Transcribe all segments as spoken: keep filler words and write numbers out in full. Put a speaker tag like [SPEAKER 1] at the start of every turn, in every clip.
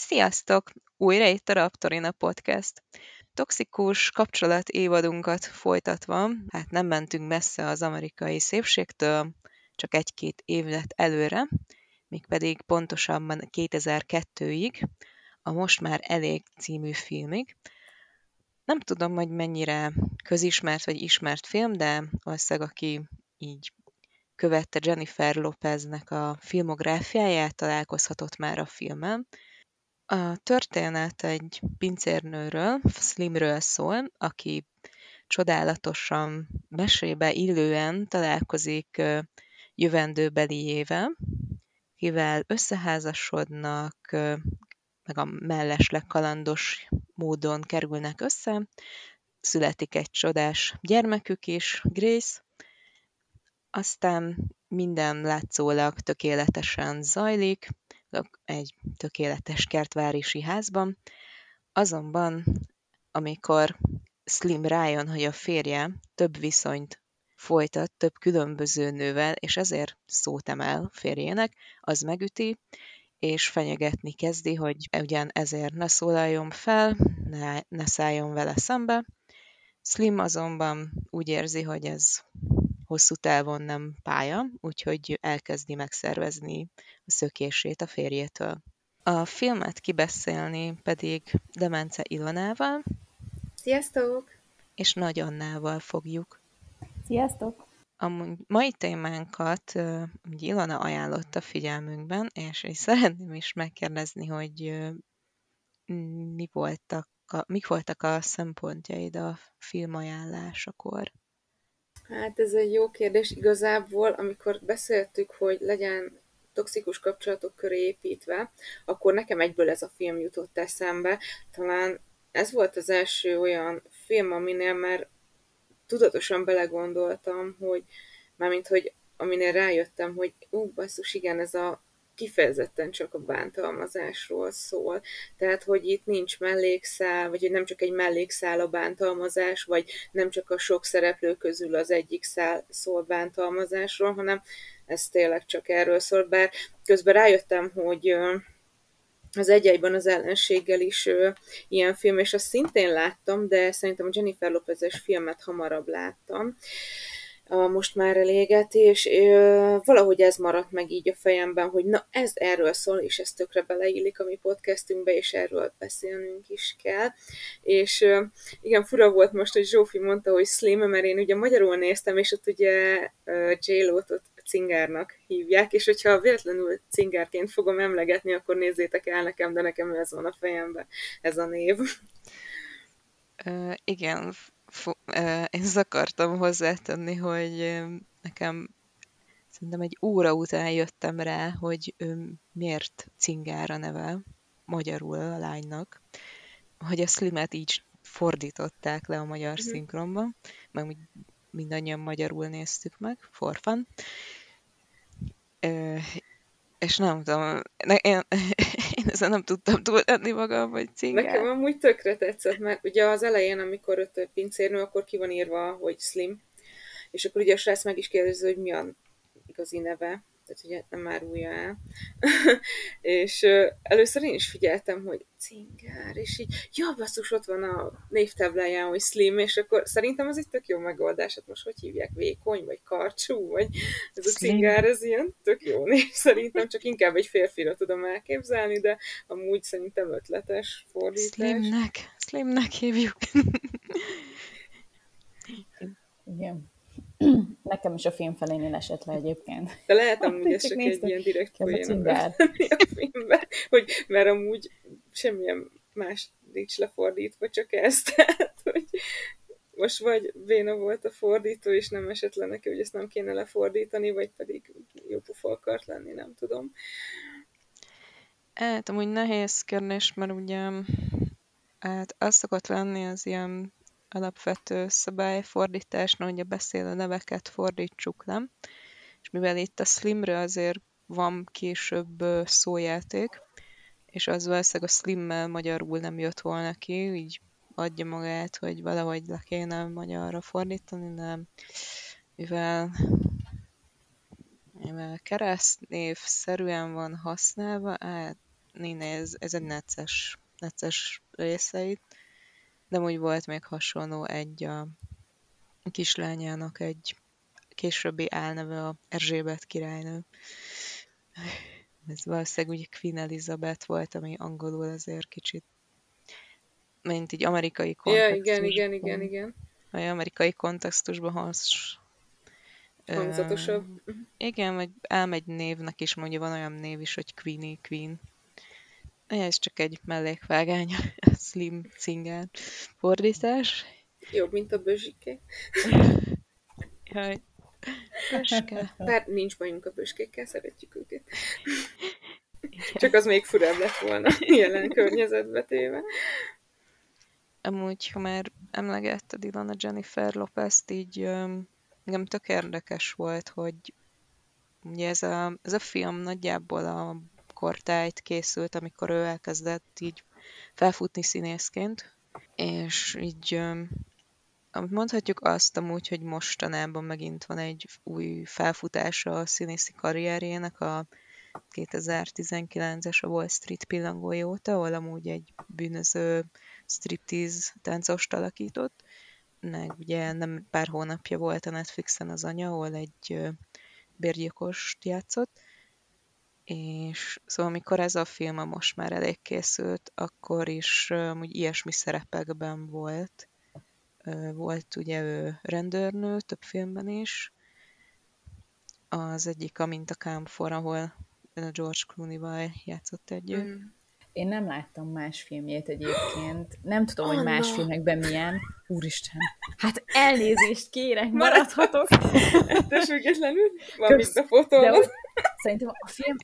[SPEAKER 1] Sziasztok! Újra itt a Raptorina Podcast. Toxikus kapcsolat évadunkat folytatva, hát nem mentünk messze az amerikai szépségtől, csak egy-két évet előre, mégpedig pontosabban kétezer-kettőig, a Most már elég című filmig. Nem tudom, hogy mennyire közismert vagy ismert film, de valószínűleg aki így követte Jennifer Lopeznek a filmográfiáját, találkozhatott már a filmen. A történet egy pincérnőről, Slimről szól, aki csodálatosan mesébe illően találkozik ö, jövendőbeliével, kivel összeházasodnak, ö, meg a mellesleg kalandos módon kerülnek össze. Születik egy csodás gyermekük is, Grace, aztán minden látszólag tökéletesen zajlik, egy tökéletes kertvárisi házban, azonban amikor Slim rájön, hogy a férje több viszonyt folytat több különböző nővel, és ezért szót emel férjének, az megüti, és fenyegetni kezdi, hogy ugyan ezért ne szólaljon fel, ne, ne szálljon vele szembe. Slim azonban úgy érzi, hogy ez hosszú távon nem pálya, úgyhogy elkezdi megszervezni a szökését a férjétől. A filmet kibeszélni pedig Demence Ilonával
[SPEAKER 2] Sziasztok!
[SPEAKER 1] és Nagy Annával fogjuk.
[SPEAKER 3] Sziasztok!
[SPEAKER 1] A mai témánkat uh, Ilona ajánlotta figyelmünkben, és én szeretném is megkérdezni, hogy uh, mi voltak a, mik voltak a szempontjaid a filmajánlásakor?
[SPEAKER 2] Hát ez egy jó kérdés. Igazából, amikor beszéltük, hogy legyen toxikus kapcsolatok köré építve, akkor nekem egyből ez a film jutott eszembe. Talán ez volt az első olyan film, aminél már tudatosan belegondoltam, hogy mármint, hogy aminél rájöttem, hogy ú, basszus, igen, ez a kifejezetten csak a bántalmazásról szól. Tehát, hogy itt nincs mellékszál, vagy hogy nem csak egy mellékszál a bántalmazás, vagy nem csak a sok szereplő közül az egyik szál szól bántalmazásról, hanem ez tényleg csak erről szól. Bár közben rájöttem, hogy az Egy egyben az ellenséggel is ö, ilyen film, és azt szintén láttam, de szerintem a Jennifer Lopez-es filmet hamarabb láttam. A Most már eléget, és ö, valahogy ez maradt meg így a fejemben, hogy na ez erről szól, és ez tökre beleillik a mi podcastünkbe, és erről beszélnünk is kell. És ö, igen, fura volt most, hogy Zsófi mondta, hogy Slim, mert én ugye magyarul néztem, és ott ugye J-Lo-t ott cingárnak hívják, és hogyha véletlenül cingárként fogom emlegetni, akkor nézzétek el nekem, de nekem ez van a fejemben, ez a név.
[SPEAKER 1] Uh, igen, f- uh, én ezt akartam hozzátenni, hogy uh, nekem szerintem egy óra után jöttem rá, hogy ő miért cingára neve magyarul a lánynak, hogy a Slimet így fordították le a magyar
[SPEAKER 2] Mhm.
[SPEAKER 1] szinkronba, meg úgy mindannyian magyarul néztük meg, for fun. Ö, és nem tudom, ne, én, én ezen nem tudtam túltenni magam, hogy cingár.
[SPEAKER 2] Nekem amúgy tökre tetszett, mert ugye az elején, amikor ott a pincérnő, akkor ki van írva, hogy Slim, és akkor ugye a srác meg is kérdezi, hogy mi a igazi neve, tehát ugye nem árulja el. és uh, először én is figyeltem, hogy cingár, és így, ja, basszus, ott van a névtábláján, hogy Slim, és akkor szerintem az egy tök jó megoldás, hát most hogy hívják, vékony, vagy karcsú, vagy ez a
[SPEAKER 1] Slim.
[SPEAKER 2] cingár, ez ilyen tök jó név, szerintem csak inkább egy férfira tudom elképzelni, de amúgy szerintem ötletes fordítás.
[SPEAKER 1] Slimnek, Slimnek hívjuk.
[SPEAKER 3] Igen. Nekem is a film felénél esett le egyébként.
[SPEAKER 2] De lehet amúgy
[SPEAKER 3] Én
[SPEAKER 2] ez
[SPEAKER 3] csak
[SPEAKER 2] csak egy
[SPEAKER 3] néztem,
[SPEAKER 2] ilyen direkt
[SPEAKER 3] ki az a
[SPEAKER 2] poén
[SPEAKER 3] cingár.
[SPEAKER 2] a filmben, hogy mert amúgy semmilyen más nincs lefordítva, csak ez. Tehát, hogy most vagy béna volt a fordító, és nem esett le neki, hogy ezt nem kéne lefordítani, vagy pedig jó pufa akart lenni, nem tudom.
[SPEAKER 1] Hát amúgy nehéz kérdés, mert ugye hát az szokott lenni az ilyen alapvető szabályfordításnál, hogy a beszélő neveket fordítsuk le, és mivel itt a Slimre azért van később ö, szójáték, és az valószínűleg a Slimmel magyarul nem jött volna ki, így adja magát, hogy valahogy le kéne magyarra fordítani, de mivel, mivel keresztnév szerűen van használva, hát néne, ez, ez egy necces, necces részeit, de úgy volt még hasonló egy a kislányának egy későbbi álneve a Erzsébet királynő. Ez valószínűleg ugye Queen Elizabeth volt, ami angolul azért kicsit, mint így amerikai
[SPEAKER 2] Ja,
[SPEAKER 1] kontextusban.
[SPEAKER 2] igen, igen, igen, igen.
[SPEAKER 1] Vagy amerikai kontextusban has...
[SPEAKER 2] Hangzatosabb.
[SPEAKER 1] Uh, igen, vagy elmegy névnek is, mondja, van olyan név is, hogy Queenie Queen. Ez csak egy mellékvágány, a Slim Cingán fordítás.
[SPEAKER 2] Jobb, mint a bözsike.
[SPEAKER 1] Jaj, Böske.
[SPEAKER 2] Bár nincs bajunk a böskékkel, szeretjük őket.
[SPEAKER 1] Igen.
[SPEAKER 2] Csak az még furább lett volna jelen környezetbe téve.
[SPEAKER 1] Amúgy, ha már emlegetted Ilona Jennifer Lopez-t, így um, engem tök érdekes volt, hogy ugye ez a, ez a film nagyjából a kortájt készült, amikor ő elkezdett így felfutni színészként, és így um, mondhatjuk azt amúgy, hogy mostanában megint van egy új felfutása a színészi karrierjének, a kétezer-tizenkilences a Wall Street pillangója óta, ahol amúgy egy bűnöző striptease táncost alakított, meg ugye nem pár hónapja volt a Netflixen Az anya, ahol egy bérgyilkost játszott, és szóval amikor ez a film most már elég készült, akkor is úgy ilyesmi szerepekben volt. Volt ugye ő rendőrnő több filmben is. Az egyik a Mint a Kámfor, ahol George Clooney-val játszott együtt.
[SPEAKER 2] Mm.
[SPEAKER 3] Én nem láttam más filmjét egyébként. Nem tudom, hogy
[SPEAKER 2] Anna.
[SPEAKER 3] más filmekben milyen. Úristen. Hát elnézést kérek, maradhatok.
[SPEAKER 2] Ettől függetlenül van
[SPEAKER 3] Kösz.
[SPEAKER 2] mit befotódnod.
[SPEAKER 3] De szerintem a film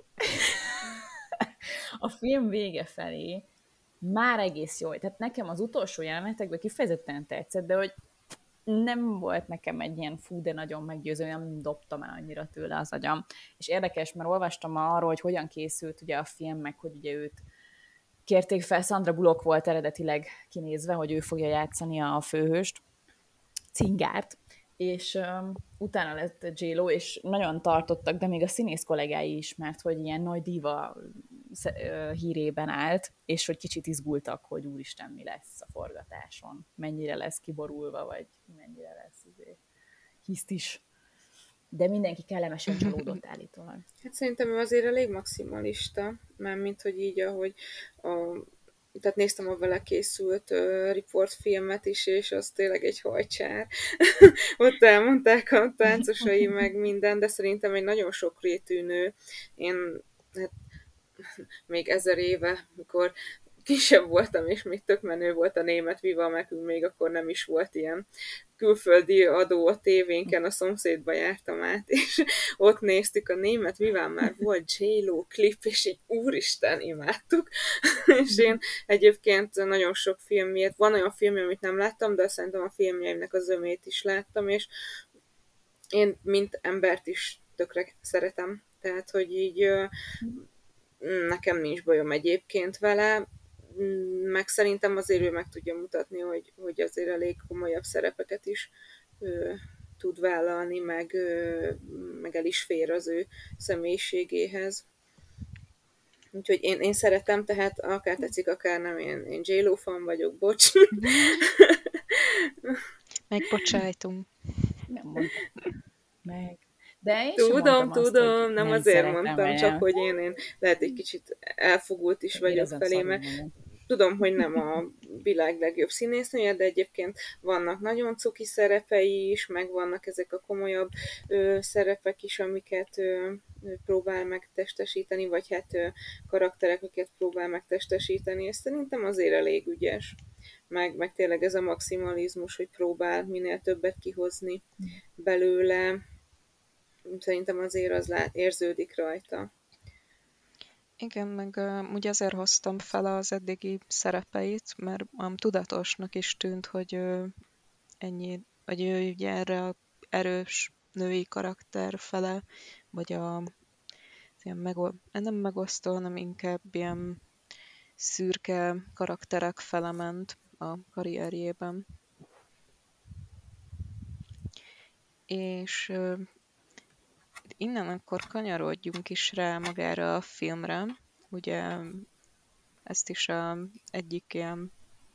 [SPEAKER 3] a film vége felé már egész jó. Tehát nekem az utolsó jelenetekben kifejezetten tetszett, de hogy nem volt nekem egy ilyen fú, de nagyon meggyőző, nem dobtam el annyira tőle az agyam. És érdekes, mert olvastam arról, hogy hogyan készült ugye a film, meg hogy ugye őt kérték fel, Sandra Bullock volt eredetileg kinézve, hogy ő fogja játszani a főhőst, Cingárt, és um, utána lett J-Lo, és nagyon tartottak, de még a színész kollégái is, mert hogy ilyen nagy diva hírében állt, és hogy kicsit izgultak, hogy úristen, mi lesz a forgatáson, mennyire lesz kiborulva, vagy mennyire lesz azért hisztis. De mindenki kellemesen csalódott állítólag.
[SPEAKER 2] Hát szerintem ő azért elég maximalista, mármint, hogy így, ahogy a, tehát néztem a vele készült uh, riportfilmet is, és az tényleg egy hajcsár. Ott elmondták a táncosai meg minden, de szerintem egy nagyon sokrétű nő. Én hát, még ezer éve, mikor kisebb voltam, és még tök menő volt a német Viva, nekünk még akkor nem is volt ilyen külföldi adó a tévénken, a szomszédba jártam át, és ott néztük a német Viván, már volt J-Lo klip, és így úristen, imádtuk. És én egyébként nagyon sok filmjét, van olyan film, amit nem láttam, de szerintem a filmjeimnek a zömét is láttam, és én mint embert is tökre szeretem. Tehát, hogy így nekem nincs bajom egyébként vele, meg szerintem azért ő meg tudja mutatni, hogy, hogy azért elég komolyabb szerepeket is ö, tud vállalni, meg, ö, meg el is fér az ő személyiségéhez. Úgyhogy én, én szeretem, tehát akár tetszik, akár nem, én, én J-Lo fan vagyok, bocs.
[SPEAKER 1] Megbocsájtunk.
[SPEAKER 3] Nem mondtam meg. De én
[SPEAKER 2] Tudom,
[SPEAKER 3] azt,
[SPEAKER 2] tudom, nem,
[SPEAKER 3] nem
[SPEAKER 2] azért mondtam, csak
[SPEAKER 3] el.
[SPEAKER 2] hogy én, én lehet egy kicsit elfogult is vagyok
[SPEAKER 3] Érezem
[SPEAKER 2] felé, mert tudom, hogy nem a világ legjobb színésznője, de egyébként vannak nagyon cuki szerepei is, meg vannak ezek a komolyabb ö, szerepek is, amiket ö, próbál megtestesíteni, vagy hát ö, karakterek, amiket próbál megtestesíteni, és szerintem azért elég ügyes. Meg, meg tényleg ez a maximalizmus, hogy próbál minél többet kihozni belőle. Szerintem azért az lát, érződik rajta.
[SPEAKER 1] Igen, meg uh, ugye azért hoztam fel az eddigi szerepeit, mert um, tudatosnak is tűnt, hogy uh, ennyi, vagy ő ugye erre a erős női karakter fele, vagy a ilyen mego, nem megosztó, hanem inkább ilyen szürke karakterek fele ment a karrierjében. És uh, innen akkor kanyarodjunk is rá magára a filmre, ugye ezt is a, egyik ilyen...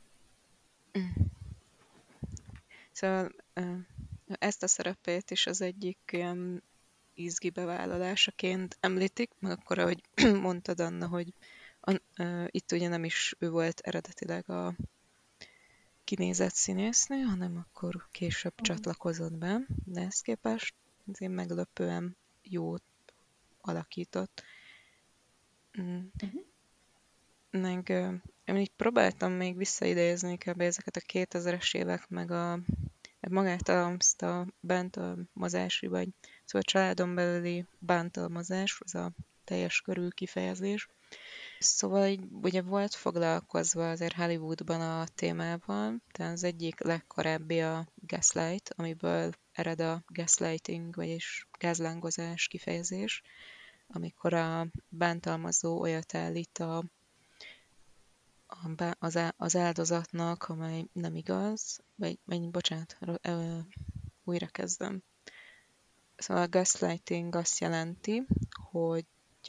[SPEAKER 1] Szóval ezt a szerepét is az egyik ilyen izgi bevállalásaként említik, meg akkor, ahogy mondtad, Anna, hogy a, uh, itt ugye nem is ő volt eredetileg a kinézett színésznő, hanem akkor később uh-huh. csatlakozott be, de ezt képest azért meglepően jót alakított. Mm. Uh-huh. Meg uh, én így próbáltam még visszaidézni kb. Ezeket a kétezres évek, meg a meg magát a, azt a bántalmazási, vagy szóval a családon belüli bántalmazás, az a teljes körű kifejezés. Szóval így, ugye volt foglalkozva azért Hollywoodban a témával, tehát az egyik legkorábbi a gaslight, amiből ered a gaslighting, vagyis gázlángozás kifejezés, amikor a bántalmazó olyat állít a, a, az, az áldozatnak, amely nem igaz, vagy, vagy bocsánat, ö, újra kezdem. Szóval a gaslighting azt jelenti, hogy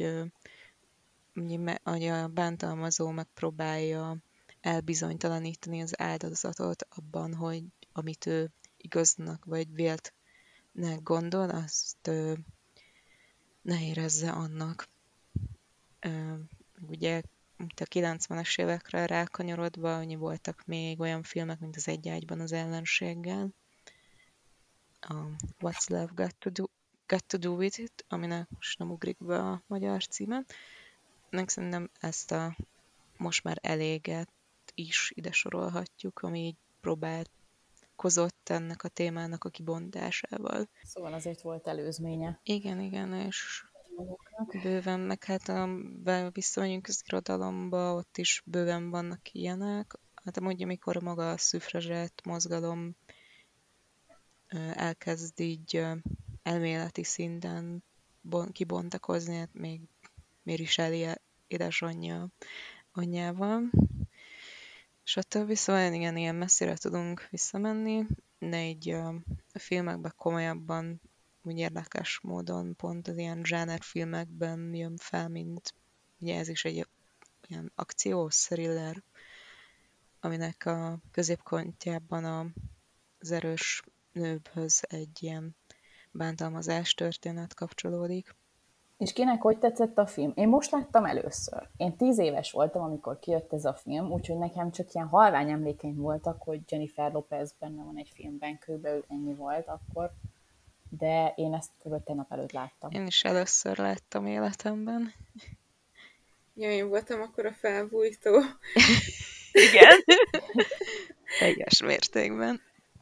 [SPEAKER 1] hogy a bántalmazó megpróbálja elbizonytalanítani az áldozatot abban, hogy amit ő igaznak vagy véltnek gondol, azt ö, ne érezze annak. Ö, ugye a kilencvenes évekre rákanyarodva, annyi voltak még olyan filmek, mint az Egy ágyban az ellenséggel, a What's Love Got to Do, Got to Do With It, aminek most nem ugrik be a magyar címe. Nek szerintem ezt a most már eléget is ide sorolhatjuk, ami így próbálkozott ennek a témának a kibontásával.
[SPEAKER 3] Szóval azért volt előzménye.
[SPEAKER 1] Igen, igen, és bőven, meg hát a visszamegyünk az irodalomba, ott is bőven vannak ilyenek. Hát mondja, amikor maga a szüfrazsett mozgalom elkezd így elméleti szinten kibontakozni, hát még Mary Shelley édesanyja anyjával. És a többi, szóval igen, ilyen messzire tudunk visszamenni, de így a filmekben komolyabban, úgy érdekes módon pont az ilyen zsánerfilmekben jön fel, mint ugye ez is egy ilyen akciós thriller, aminek a középpontjában az erős nőhöz egy ilyen bántalmazás történet kapcsolódik.
[SPEAKER 3] És kinek hogy tetszett a film? Én most láttam először. Én tíz éves voltam, amikor kijött ez a film, úgyhogy nekem csak ilyen halvány emlékeim voltak, hogy Jennifer Lopez benne van egy filmben, körülbelül ennyi volt akkor, de én ezt kb. Tegnap előtt láttam.
[SPEAKER 1] Én is először láttam életemben.
[SPEAKER 2] Ja, én voltam akkor a felbújtó.
[SPEAKER 1] Igen. Teljes mértékben.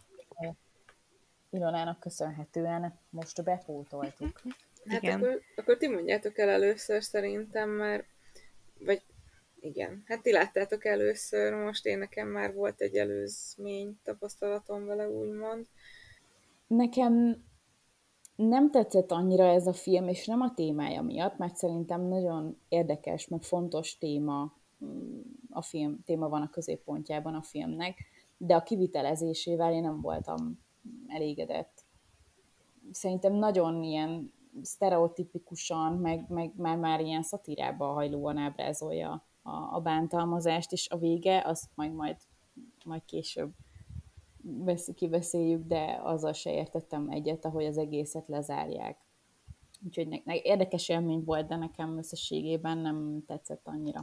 [SPEAKER 3] Ilonának köszönhetően most bepótoltuk.
[SPEAKER 2] Hát akkor, akkor ti mondjátok el először szerintem, mert vagy igen, hát ti láttátok először, most én nekem már volt egy előzmény tapasztalatom vele, úgymond.
[SPEAKER 3] Nekem nem tetszett annyira ez a film, és nem a témája miatt, mert szerintem nagyon érdekes, meg fontos téma a film, téma van a középpontjában a filmnek, de a kivitelezésével én nem voltam elégedett. Szerintem nagyon ilyen sztereotipikusan, meg, meg már, már ilyen szatírába hajlóan ábrázolja a, a bántalmazást, és a vége, azt majd, majd, majd később kibeszéljük, de azzal se értettem egyet, ahogy az egészet lezárják. Úgyhogy ne, ne, érdekes élmény volt, de nekem összességében nem tetszett annyira.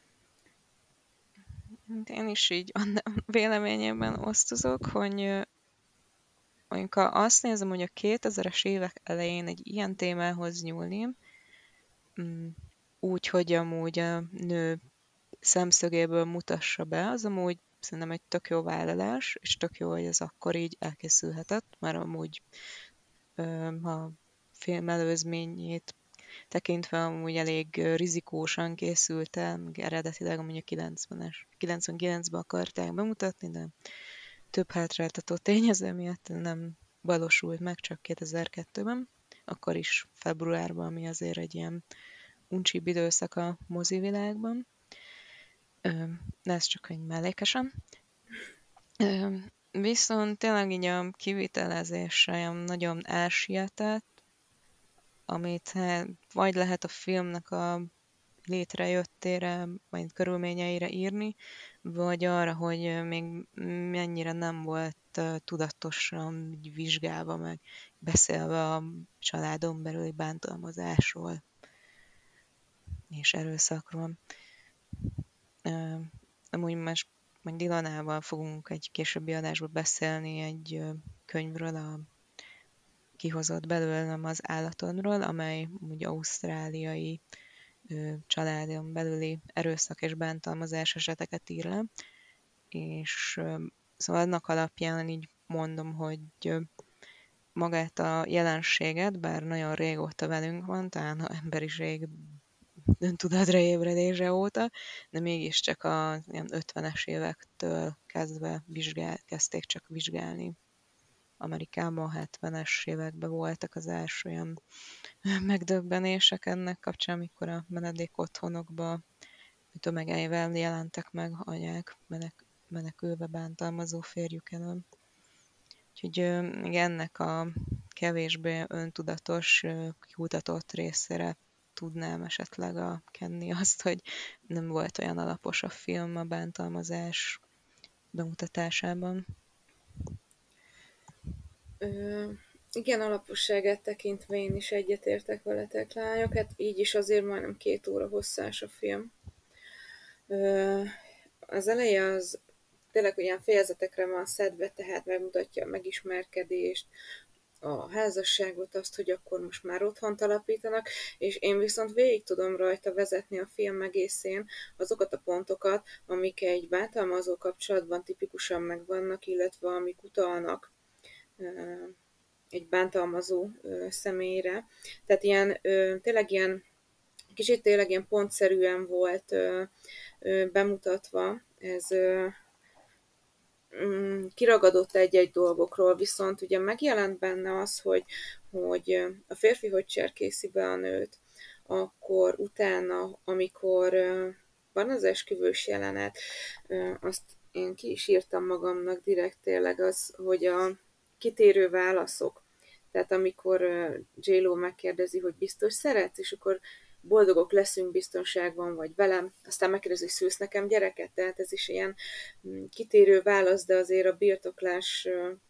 [SPEAKER 1] Én is így a véleményében osztozok, hogy amikor azt nézem, hogy a kétezres évek elején egy ilyen témához nyúlni, úgy, hogy amúgy a nő szemszögéből mutassa be, az amúgy szerintem egy tök jó vállalás, és tök jó, hogy ez akkor így elkészülhetett, mert amúgy a film előzményét tekintve amúgy elég rizikósan készült el, meg eredetileg amúgy a kilencvenes, kilencvenkilencben akarták bemutatni, de több hátráltató tényező miatt nem valósult meg, csak kétezer-kettőben, akkor is februárban, ami azért egy ilyen uncsibb időszak a mozivilágban. De ez csak egy mellékesen. Viszont tényleg így a kivitelezésre nagyon elsietett, amit hát, vagy lehet a filmnek a létrejöttére, majd körülményeire írni, vagy arra, hogy még mennyire nem volt tudatosan vizsgálva, meg beszélve a családon belüli bántalmazásról és erőszakról. Amúgy most majd Dilanával fogunk egy későbbi adásban beszélni egy könyvről, a Kihozott belőlem az állatodról, amely úgy ausztráliai családon belüli erőszak és bántalmazás eseteket ír le, és szóval annak alapján így mondom, hogy magát a jelenséget, bár nagyon régóta velünk van, talán az emberiség öntudatra ébredése óta, de mégiscsak a ilyen ötvenes évektől kezdve vizsgál, kezdték csak vizsgálni. Amerikában a hetvenes években voltak az első olyan megdöbbenések ennek kapcsán, amikor a menedék otthonokba tömegeivel jelentek meg anyák menek, menekülve bántalmazó férjük elől. Úgyhogy ennek a kevésbé öntudatos, kihutatott részére tudnám esetleg a kenni azt, hogy nem volt olyan alapos a film a bántalmazás bemutatásában.
[SPEAKER 2] Ö, igen, alaposságát tekintve én is egyetértek veletek, lányok. Hát így is azért majdnem két óra hosszás a film. Ö, az eleje az tényleg olyan fejezetekre van szedve, tehát megmutatja a megismerkedést, a házasságot, azt, hogy akkor most már otthont alapítanak, és én viszont végig tudom rajta vezetni a film egészén azokat a pontokat, amik egy bántalmazó kapcsolatban tipikusan megvannak, illetve amik utalnak egy bántalmazó személyre. Tehát ilyen, tényleg ilyen, kicsit tényleg ilyen pontszerűen volt bemutatva, ez kiragadott egy-egy dolgokról, viszont ugye megjelent benne az, hogy, hogy a férfi, hogy cserkészi be a nőt, akkor utána, amikor van az esküvős jelenet, azt én ki is írtam magamnak direkt tényleg az, hogy a kitérő válaszok, tehát amikor J-Lo megkérdezi, hogy biztos szeretsz, és akkor boldogok leszünk biztonságban, vagy velem, aztán megkérdezi, hogy szülsz nekem gyereket, tehát ez is ilyen kitérő válasz, de azért a birtoklás,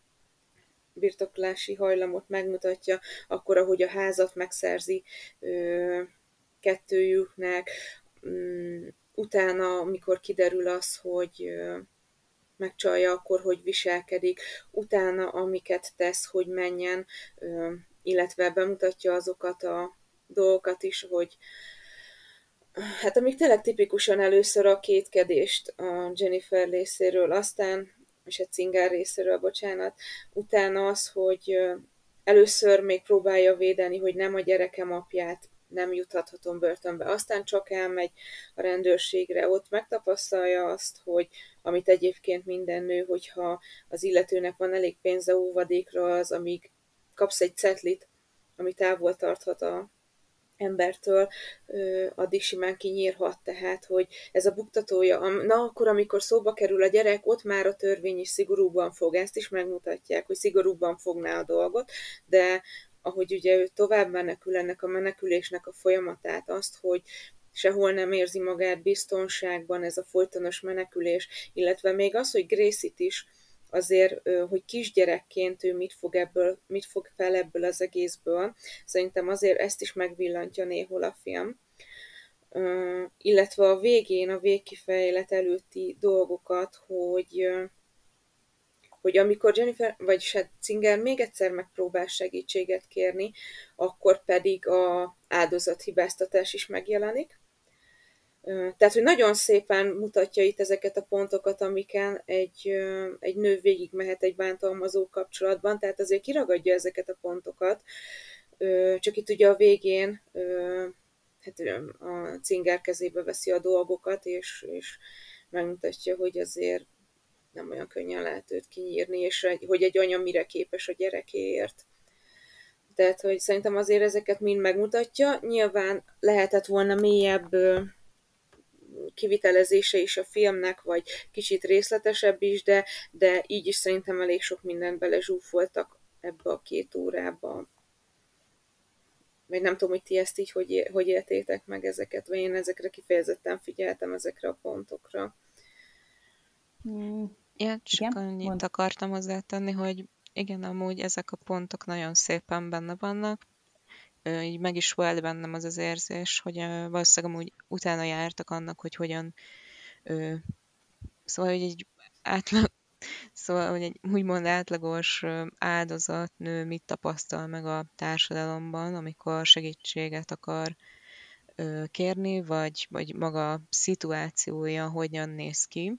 [SPEAKER 2] birtoklási hajlamot megmutatja, akkor, ahogy a házat megszerzi kettőjüknek, utána, amikor kiderül az, hogy megcsalja, akkor hogy viselkedik, utána amiket tesz, hogy menjen, illetve bemutatja azokat a dolgokat is, hogy hát amik tényleg tipikusan először a kétkedést a Jennifer részéről, aztán, és a Singer részéről, bocsánat, utána az, hogy először még próbálja védeni, hogy nem a gyerekem apját, nem juthathatom börtönbe. Aztán csak elmegy a rendőrségre, ott megtapasztalja azt, hogy amit egyébként minden nő, hogyha az illetőnek van elég pénze óvadékra, az, amíg kapsz egy cetlit, ami távol tarthat a embertől, addig simán kinyírhat, tehát, hogy ez a buktatója, na akkor, amikor szóba kerül a gyerek, ott már a törvény is szigorúbban fog, ezt is megmutatják, hogy szigorúbban fogná a dolgot, de ahogy ugye ő tovább menekül ennek a menekülésnek a folyamatát, azt, hogy sehol nem érzi magát biztonságban, ez a folytonos menekülés, illetve még az, hogy Gracie-t is azért, hogy kisgyerekként ő mit fog, ebből, mit fog fel ebből az egészből, szerintem azért ezt is megvillantja néhol a film. Illetve a végén, a végkifejlet előtti dolgokat, hogy hogy amikor Jennifer, vagyis hát Singer még egyszer megpróbál segítséget kérni, akkor pedig a áldozathibáztatás is megjelenik. Tehát, hogy nagyon szépen mutatja itt ezeket a pontokat, amiken egy, egy nő végig mehet egy bántalmazó kapcsolatban, tehát azért kiragadja ezeket a pontokat. Csak itt ugye a végén hát a Singer kezébe veszi a dolgokat, és, és megmutatja, hogy azért nem olyan könnyen lehet őt kinyírni, és hogy egy anya mire képes a gyerekéért. Tehát, hogy szerintem azért ezeket mind megmutatja. Nyilván lehetett volna mélyebb kivitelezése is a filmnek, vagy kicsit részletesebb is, de, de így is szerintem elég sok mindent belezsúfoltak ebbe a két órába. vagy nem tudom, hogy ti ezt így hogy, hogy éltétek meg ezeket, vagy én ezekre kifejezetten figyeltem, ezekre a pontokra.
[SPEAKER 3] Hmm.
[SPEAKER 1] Ja, csak
[SPEAKER 3] Igen?
[SPEAKER 1] annyit
[SPEAKER 3] Mond.
[SPEAKER 1] akartam hozzátenni, hogy igen, amúgy ezek a pontok nagyon szépen benne vannak. Ö, így meg is volt bennem az az érzés, hogy ö, valószínűleg amúgy utána jártak annak, hogy hogyan, ö, szóval, hogy egy átlag, szóval, hogy egy úgymond átlagos ö, áldozatnő mit tapasztal meg a társadalomban, amikor segítséget akar ö, kérni, vagy, vagy maga a szituációja hogyan néz ki.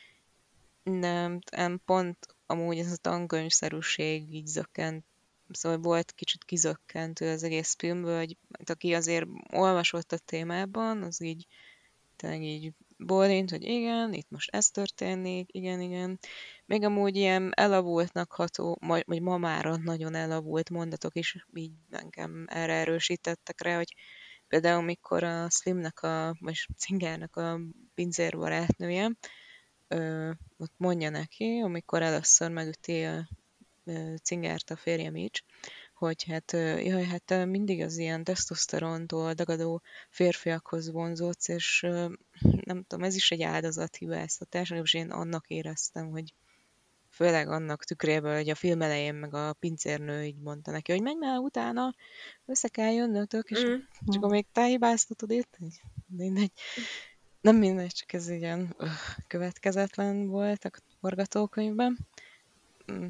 [SPEAKER 1] Nem, nem pont amúgy ez a tankönyvszerűség így zökkent, szóval volt kicsit kizökkentő az egész filmből, hogy hát aki azért olvasott a témában, az így tényleg így bólint, hogy igen, itt most ez történik, igen, igen. Még amúgy ilyen elavultnak ható, vagy ma már nagyon elavult mondatok is így engem erre erősítettek rá, hogy például mikor a Slimnek a, vagy Cingernek a pincérbarátnője, ö, ott mondja neki, amikor először megüti a ö, Cingert a férje Mitch, hogy hát, ö, jaj, hát ö, mindig az ilyen tesztoszterontól dagadó férfiakhoz vonzódsz, és ö, nem tudom, ez is egy áldozathibáztatás, és én annak éreztem, hogy főleg annak tükréből, hogy a film elején meg a pincérnő így mondta neki, hogy menj már utána, össze kell jönnötök, és
[SPEAKER 2] Mm.
[SPEAKER 1] és akkor még te hibáztatod itt? Mindegy. Nem mindegy, csak ez ilyen öh, következetlen volt a forgatókönyvben. Mm,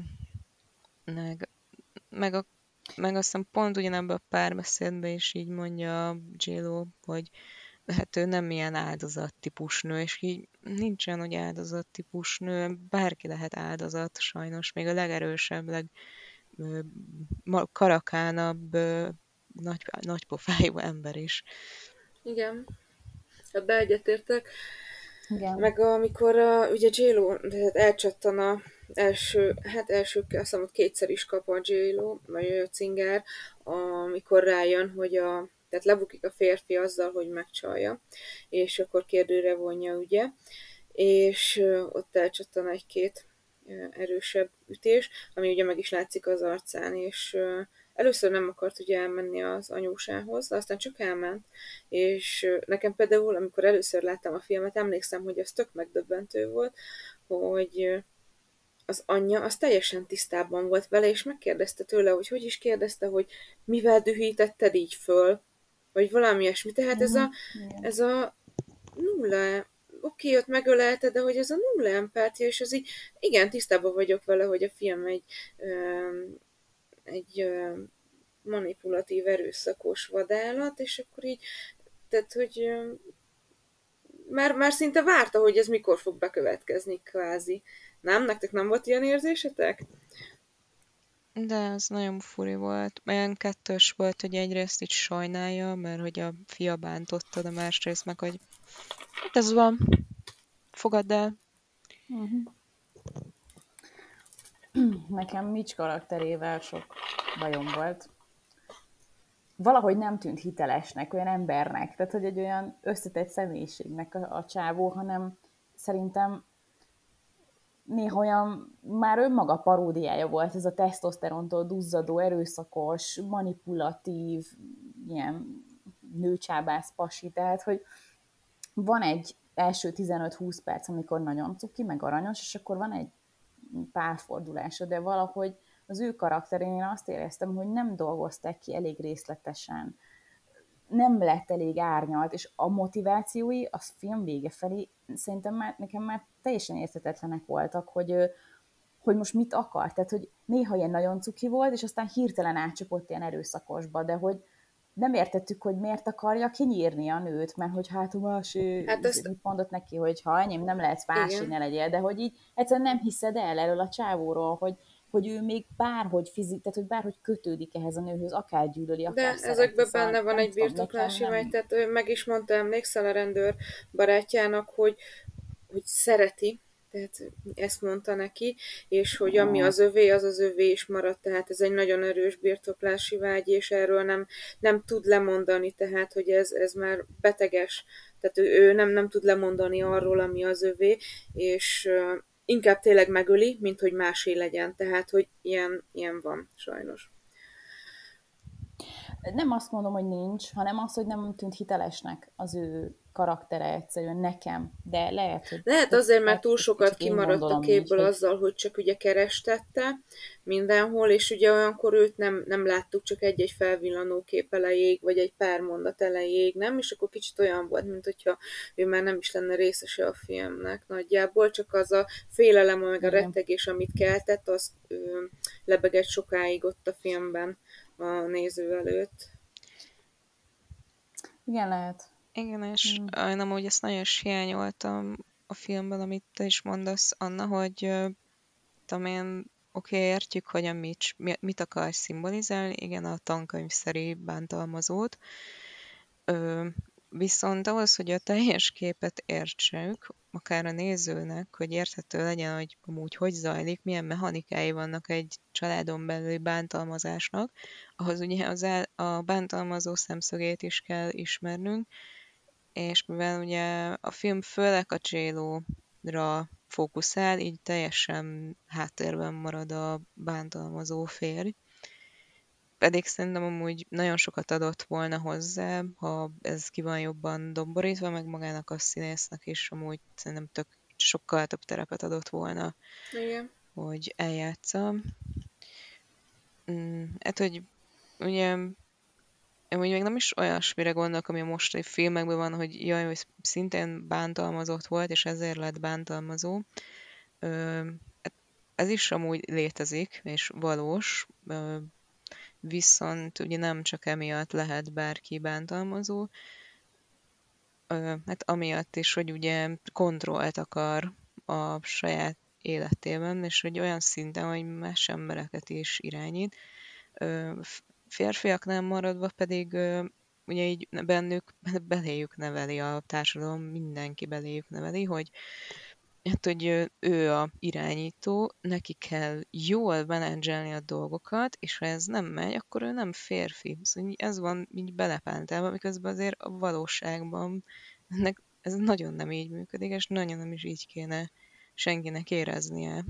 [SPEAKER 1] Meg, meg, a, meg azt hiszem pont ugyanebben a párbeszédben is így mondja J-Lo, hogy hát ő nem ilyen áldozattípus nő, és így nincs olyan, hogy áldozattípus nő, bárki lehet áldozat, sajnos, még a legerősebb, leg ö, ma- karakánabb, ö, nagy, nagypofájú ember is.
[SPEAKER 2] Igen, ebbe egyetértek.
[SPEAKER 3] Igen.
[SPEAKER 2] Meg amikor a, ugye J-Lo tehát elcsattan a első, hát első, azt hiszem, hogy kétszer is kap a J-Lo, vagy a Cinger, amikor rájön, hogy a, tehát lebukik a férfi azzal, hogy megcsalja, és akkor kérdőre vonja, ugye, és ö, ott elcsattan egy-két ö, erősebb ütés, ami ugye meg is látszik az arcán, és ö, először nem akart ugye elmenni az anyósához, de aztán csak elment, és ö, nekem például, amikor először láttam a filmet, emlékszem, hogy az tök megdöbbentő volt, hogy ö, az anyja az teljesen tisztában volt vele, és megkérdezte tőle, hogy hogy is kérdezte, hogy mivel dühítetted így föl, vagy valami ilyesmi. Tehát ez a,
[SPEAKER 3] Igen.
[SPEAKER 2] ez a nulla, oké, ott megölelte, de hogy ez a nulla empátia, és az így, igen, tisztában vagyok vele, hogy a film egy, öm, egy öm, manipulatív, erőszakos vadállat, és akkor így, tehát, hogy öm, már, már szinte várta, hogy ez mikor fog bekövetkezni, kvázi. Nem? Nektek nem volt ilyen érzésetek?
[SPEAKER 1] De ez nagyon furi volt. Olyan kettős volt, hogy egyrészt így sajnálja, mert hogy a fia bántotta, de másrészt meg, hogy hát ez van, fogadd el.
[SPEAKER 3] Uh-huh. Nekem Mitch karakterével sok bajom volt. Valahogy nem tűnt hitelesnek, olyan embernek, tehát hogy egy olyan összetett személyiségnek a, a csávó, hanem szerintem néha olyan már önmaga paródiája volt ez a tesztoszterontól duzzadó, erőszakos, manipulatív, ilyen nőcsábász pasi, tehát hogy van egy első tizenöt-húsz perc, amikor nagyon cuki, meg aranyos, és akkor van egy párfordulása, de valahogy az ő karakterén én azt éreztem, hogy nem dolgozták ki elég részletesen, nem lett elég árnyalt, és a motivációi a film vége felé szerintem már, nekem már teljesen érthetetlenek voltak, hogy, hogy most mit akar. Tehát, hogy néha ilyen nagyon cuki volt, és aztán hirtelen átcsapott ilyen erőszakosba, de hogy nem értettük, hogy miért akarja kinyírni a nőt, mert hogy hát más,
[SPEAKER 2] Hát ezt,
[SPEAKER 3] mit mondott neki, hogy ha enyém nem lehetsz fási,
[SPEAKER 2] igen.
[SPEAKER 3] ne legyél, de hogy így egyszerűen nem hiszed el erről a csávóról, hogy, hogy ő még bárhogy fizik, tehát hogy bárhogy kötődik ehhez a nőhöz, akár gyűlöli, akár
[SPEAKER 2] De
[SPEAKER 3] szereti.
[SPEAKER 2] ezekben
[SPEAKER 3] Szóval
[SPEAKER 2] benne van
[SPEAKER 3] nem
[SPEAKER 2] egy
[SPEAKER 3] tudom, nekem
[SPEAKER 2] birtoklási vágy,
[SPEAKER 3] nem...
[SPEAKER 2] tehát ő meg is mondta, emlékszel a rendőr barátjának, hogy, hogy szereti, tehát ezt mondta neki, és hogy ami az övé, az az övé is maradt, tehát ez egy nagyon erős birtoklási vágy, és erről nem, nem tud lemondani, tehát hogy ez, ez már beteges, tehát ő, ő nem, nem tud lemondani arról, ami az övé, és uh, inkább tényleg megöli, mint hogy másé legyen, tehát hogy ilyen, ilyen van, sajnos.
[SPEAKER 3] Nem azt mondom, hogy nincs, hanem az, hogy nem tűnt hitelesnek az ő karaktere egyszerűen nekem, de lehet, hogy
[SPEAKER 2] Lehet azért, mert
[SPEAKER 3] lehet,
[SPEAKER 2] túl
[SPEAKER 3] hogy
[SPEAKER 2] sokat
[SPEAKER 3] csak én
[SPEAKER 2] kimaradt a
[SPEAKER 3] gondolom így,
[SPEAKER 2] képből
[SPEAKER 3] hogy
[SPEAKER 2] azzal, hogy csak ugye kerestette mindenhol, és ugye olyankor őt nem, nem láttuk csak egy-egy felvillanó kép elejéig, vagy egy pár mondat elejéig, nem? És akkor kicsit olyan volt, mint hogyha ő már nem is lenne részese a filmnek nagyjából, csak az a félelem, meg a
[SPEAKER 3] igen,
[SPEAKER 2] rettegés, amit keltett, az ö, lebegett sokáig ott a filmben a néző előtt.
[SPEAKER 3] igen lehet.
[SPEAKER 1] Igen, és
[SPEAKER 3] Hmm.
[SPEAKER 1] én amúgy ezt nagyon is hiányoltam a filmben, amit te is mondasz, Anna, hogy ö, tudom én, oké, okay, értjük, hogy a mit, mit akar szimbolizálni, igen, a tankönyvszeri bántalmazót, ö, viszont ahhoz, hogy a teljes képet értsük, akár a nézőnek, hogy érthető legyen, hogy amúgy hogy zajlik, milyen mechanikái vannak egy családon belüli bántalmazásnak, ahhoz ugye az el, a bántalmazó szemszögét is kell ismernünk, és mivel ugye a film főleg a J-Lo-ra fókuszál, így teljesen háttérben marad a bántalmazó férj. Pedig szerintem amúgy nagyon sokat adott volna hozzá, ha ez ki van jobban domborítva, meg magának a színésznek is amúgy szerintem tök sokkal több terepet adott volna,
[SPEAKER 2] Igen.
[SPEAKER 1] hogy eljátsza. Mm, hát, hogy ugye amúgy még nem is olyasmire gondolok, ami a mostani filmekben van, hogy jaj, hogy szintén bántalmazott volt, és ezért lett bántalmazó. Ö, hát ez is amúgy létezik, és valós, ö, viszont ugye nem csak emiatt lehet bárki bántalmazó, ö, hát amiatt is, hogy ugye kontrollt akar a saját életében, és hogy olyan szinten, hogy más embereket is irányít. Ö, férfiaknál maradva pedig ö, ugye így bennük beléjük neveli a társadalom, mindenki beléjük neveli, hogy hát, hogy ö, ő a irányító, neki kell jól menedzselni a dolgokat, és ha ez nem megy, akkor ő nem férfi. Szóval így ez van így belepántálva, miközben azért a valóságban ennek ez nagyon nem így működik, és nagyon nem is így kéne senkinek éreznie.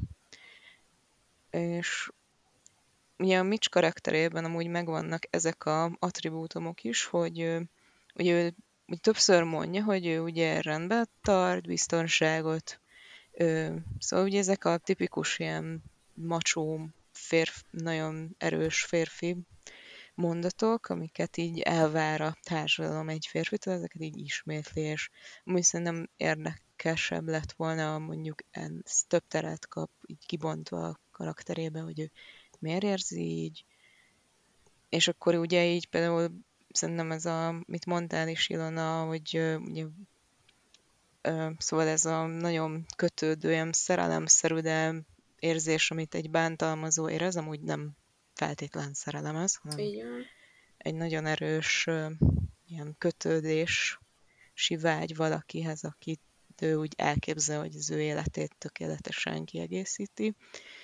[SPEAKER 1] És ugye a Mitch karakterében amúgy megvannak ezek a attribútumok is, hogy ö, ugye ő úgy többször mondja, hogy ő ugye rendben tart, biztonságot, ö, szóval ugye ezek a tipikus ilyen macsó, férf, nagyon erős férfi mondatok, amiket így elvár a társadalom egy férfitől, ezeket így ismétli, és amúgy szerintem érdekesebb lett volna, mondjuk ez több teret kap, így kibontva a karakterébe, hogy ő miért érzi így, és akkor ugye így például szerintem ez a, mit mondtál is, Ilona, hogy ö, ugye, ö, szóval ez a nagyon kötődő, ilyen szerelemszerű, de érzés, amit egy bántalmazó érez, amúgy nem feltétlen szerelem ez, hanem
[SPEAKER 2] Így van.
[SPEAKER 1] egy nagyon erős ö, ilyen kötődési vágy valakihez, akit ő úgy elképzel, hogy az ő életét tökéletesen kiegészíti.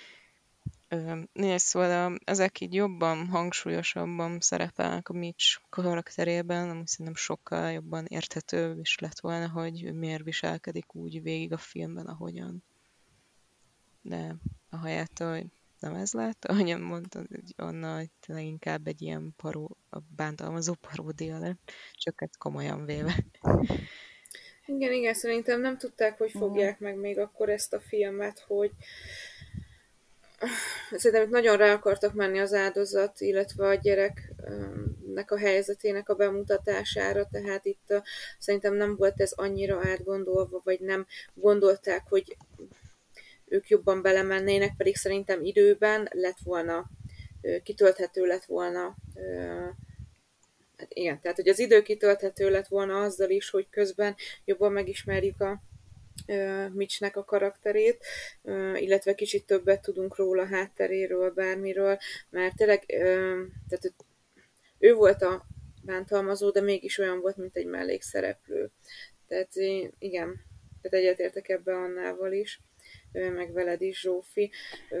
[SPEAKER 1] Nézd, szóval ezek így jobban, hangsúlyosabban szerepelnek a Mitch karakterében, ami szerintem sokkal jobban érthető is lett volna, hogy ő miért viselkedik úgy végig a filmben, ahogyan. De ahelyett, hogy nem ez lett, ahogyan mondtad, hogy onnan tényleg inkább egy ilyen paró, a bántalmazó paródia lett, csak hát komolyan véve.
[SPEAKER 2] Igen, igen, szerintem nem tudták, hogy
[SPEAKER 3] Igen.
[SPEAKER 2] fogják meg még akkor ezt a filmet, hogy szerintem itt nagyon rá akartak menni az áldozat, illetve a gyereknek a helyzetének a bemutatására, tehát itt uh, szerintem nem volt ez annyira átgondolva, vagy nem gondolták, hogy ők jobban belemennének, pedig szerintem időben lett volna, uh, kitölthető lett volna. Uh, hát igen, tehát hogy az idő kitölthető lett volna azzal is, hogy közben jobban megismerjük a Mitchnek a karakterét, illetve kicsit többet tudunk róla, hátteréről, bármiről, mert tényleg tehát ő volt a bántalmazó, de mégis olyan volt, mint egy mellékszereplő. Tehát igen, tehát egyetértek ebbe Annával is, meg veled is, Zsófi.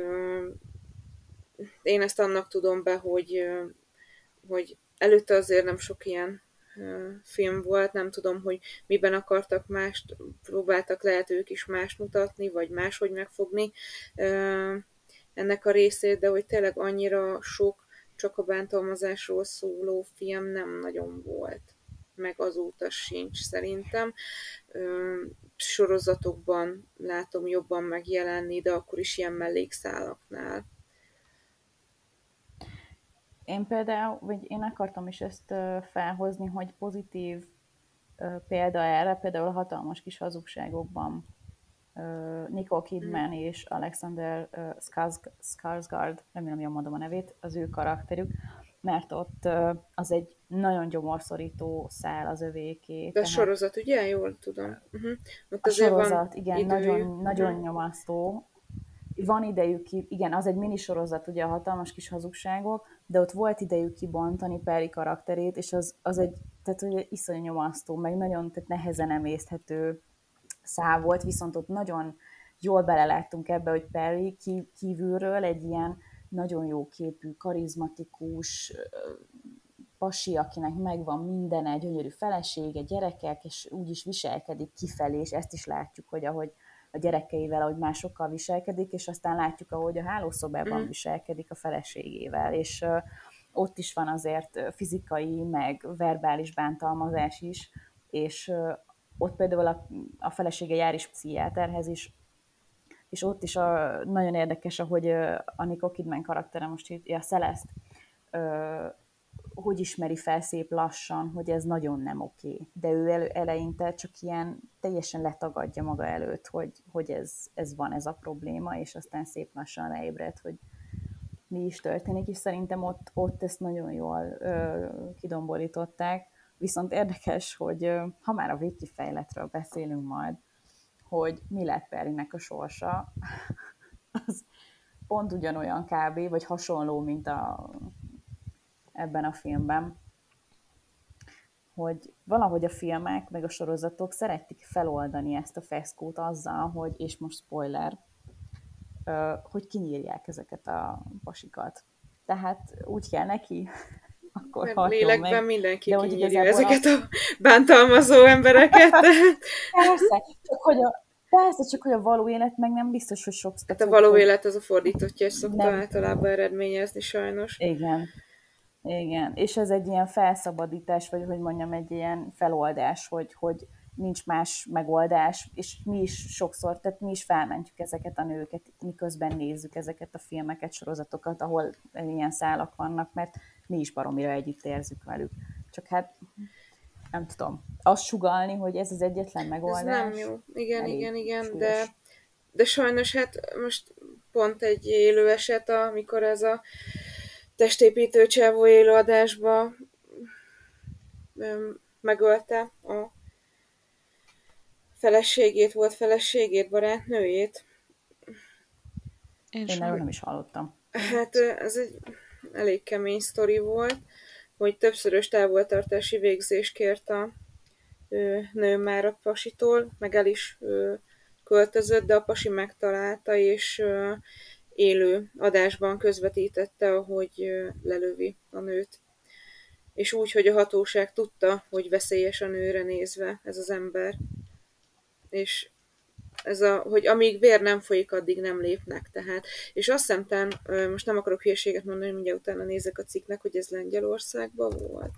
[SPEAKER 2] Én ezt annak tudom be, hogy, hogy előtte azért nem sok ilyen film volt, nem tudom, hogy miben akartak mást, próbáltak lehet ők is mást mutatni, vagy máshogy megfogni ennek a részét, de hogy tényleg annyira sok csak a bántalmazásról szóló film nem nagyon volt. Meg azóta sincs szerintem. Ö, sorozatokban látom jobban megjelenni, de akkor is ilyen mellékszálaknál.
[SPEAKER 3] Én például, vagy én akartam is ezt felhozni, hogy pozitív példa erre, például a Hatalmas kis hazugságokban Nicole Kidman mm. és Alexander Skarsgård, remélem jól mondom a nevét, az ő karakterük, mert ott az egy nagyon gyomorszorító szál az övéké.
[SPEAKER 2] De a tehát... sorozat, ugye? Jól tudom. Uh-huh.
[SPEAKER 3] A sorozat, igen, idejük. nagyon, nagyon uh-huh. nyomasztó. Van idejük, igen, az egy minisorozat, ugye a Hatalmas kis hazugságok, de ott volt idejük kibontani Perry karakterét, és az, az egy, tehát ugye iszonyú nyomasztó, meg nagyon tehát nehezen emészthető szál volt, viszont ott nagyon jól beleláttunk ebbe, hogy Perry kívülről egy ilyen nagyon jó képű, karizmatikus pasi, akinek megvan minden, egy gyönyörű felesége, gyerekek, és úgy is viselkedik kifelé, és ezt is látjuk, hogy ahogy a gyerekeivel, ahogy másokkal viselkedik, és aztán látjuk, ahogy a hálószobában mm. viselkedik a feleségével, és uh, ott is van azért fizikai, meg verbális bántalmazás is, és uh, ott például a, a felesége jár is pszichiáterhez is, és ott is a, nagyon érdekes, ahogy uh, a Nicole Kidman karaktere most így, a Celeste, uh, hogy ismeri fel szép lassan, hogy ez nagyon nem oké. De ő elő, eleinte csak ilyen teljesen letagadja maga előtt, hogy, hogy ez, ez van, ez a probléma, és aztán szép lassan leébred, hogy mi is történik, és szerintem ott, ott ezt nagyon jól ö, kidomborították. Viszont érdekes, hogy ö, ha már a végkifejletről beszélünk majd, hogy mi lett Perrynek a sorsa, az pont ugyanolyan kb. Vagy hasonló, mint a ebben a filmben, hogy valahogy a filmek, meg a sorozatok szeretik feloldani ezt a feszkót azzal, hogy, és most spoiler, hogy kinyírják ezeket a pasikat. Tehát úgy kell neki, akkor haljon
[SPEAKER 2] lélekben
[SPEAKER 3] meg.
[SPEAKER 2] mindenki de kinyírja ezeket a... a bántalmazó embereket.
[SPEAKER 3] Persze, csak hogy a Persze, csak hogy a való élet meg nem biztos, hogy sokszor...
[SPEAKER 2] Hát a való élet az a fordítottja, és szokta nem... általában eredményezni sajnos.
[SPEAKER 3] Igen. Igen, és ez egy ilyen felszabadítás, vagy hogy mondjam, egy ilyen feloldás, hogy, hogy nincs más megoldás, és mi is sokszor, tehát mi is felmentjük ezeket a nőket, miközben nézzük ezeket a filmeket, sorozatokat, ahol ilyen szálak vannak, mert mi is baromira együtt érzük velük. Csak hát nem tudom, azt sugallni, hogy ez az egyetlen megoldás.
[SPEAKER 2] Ez nem jó. Igen, igen, igen, de, de sajnos hát most pont egy élő eset, amikor ez a testépítő csávó élőadásba megölte a feleségét, volt feleségét, barátnőjét.
[SPEAKER 3] Én, Én erről nem is hallottam.
[SPEAKER 2] Hát ez egy elég kemény sztori volt, hogy többszörös távoltartási végzést kért a nő már a pasitól, meg el is költözött, de a pasi megtalálta, és élő adásban közvetítette, ahogy lelövi a nőt. És úgy, hogy a hatóság tudta, hogy veszélyes a nőre nézve ez az ember. És ez a, hogy amíg vér nem folyik, addig nem lépnek. Tehát. És azt hiszem, most nem akarok hülyeséget mondani, mindjárt utána nézek a cikknek, hogy ez Lengyelországban volt.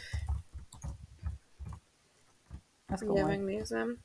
[SPEAKER 2] Ugye megnézem.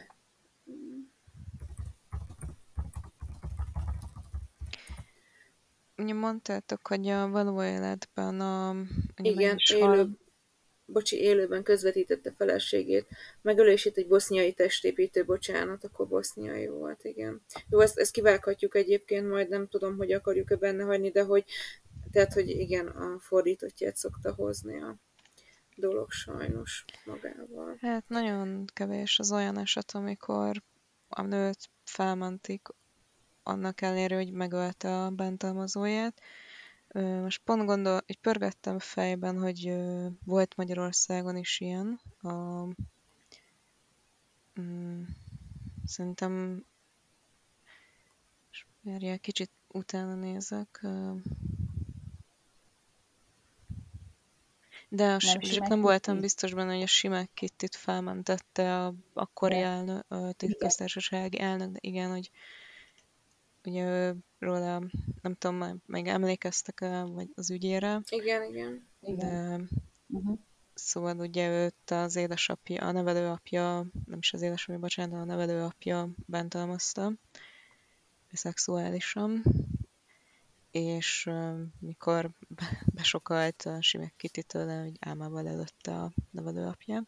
[SPEAKER 1] Ugye mondtátok, hogy a való életben a...
[SPEAKER 2] Igen, élő, bocsi, élőben közvetítette feleségét. Megölését egy boszniai testépítő, bocsánat, akkor boszniai volt, igen. Jó, ezt, ezt kivághatjuk egyébként, majd nem tudom, hogy akarjuk-e benne hagyni, de hogy, tehát, hogy igen, a fordítottját szokta hozni a dolog sajnos magával.
[SPEAKER 1] Hát nagyon kevés az olyan eset, amikor a nőt felmentik annak ellenére, hogy megölte a bántalmazóját. Most pont gondol, így pörgettem fejben, hogy volt Magyarországon is ilyen. A, um, szerintem várjál, kicsit utána nézek. De a, nem, csak nem voltam biztos benne, hogy a Simek Kittit felmentette a akkori elnök, a köztársasági elnök, de igen, hogy ugye ő róla, nem tudom, meg emlékeztek-e vagy az ügyére,
[SPEAKER 2] Igen, igen.
[SPEAKER 1] de
[SPEAKER 3] Uh-huh.
[SPEAKER 1] szóval ugye őt az édesapja, a nevelőapja, nem is az édesapja, bocsánat, a nevelőapja bántalmazta szexuálisan, és uh, mikor besokalt a Simek Kitty tőle, hogy álmával előtte a nevelőapja.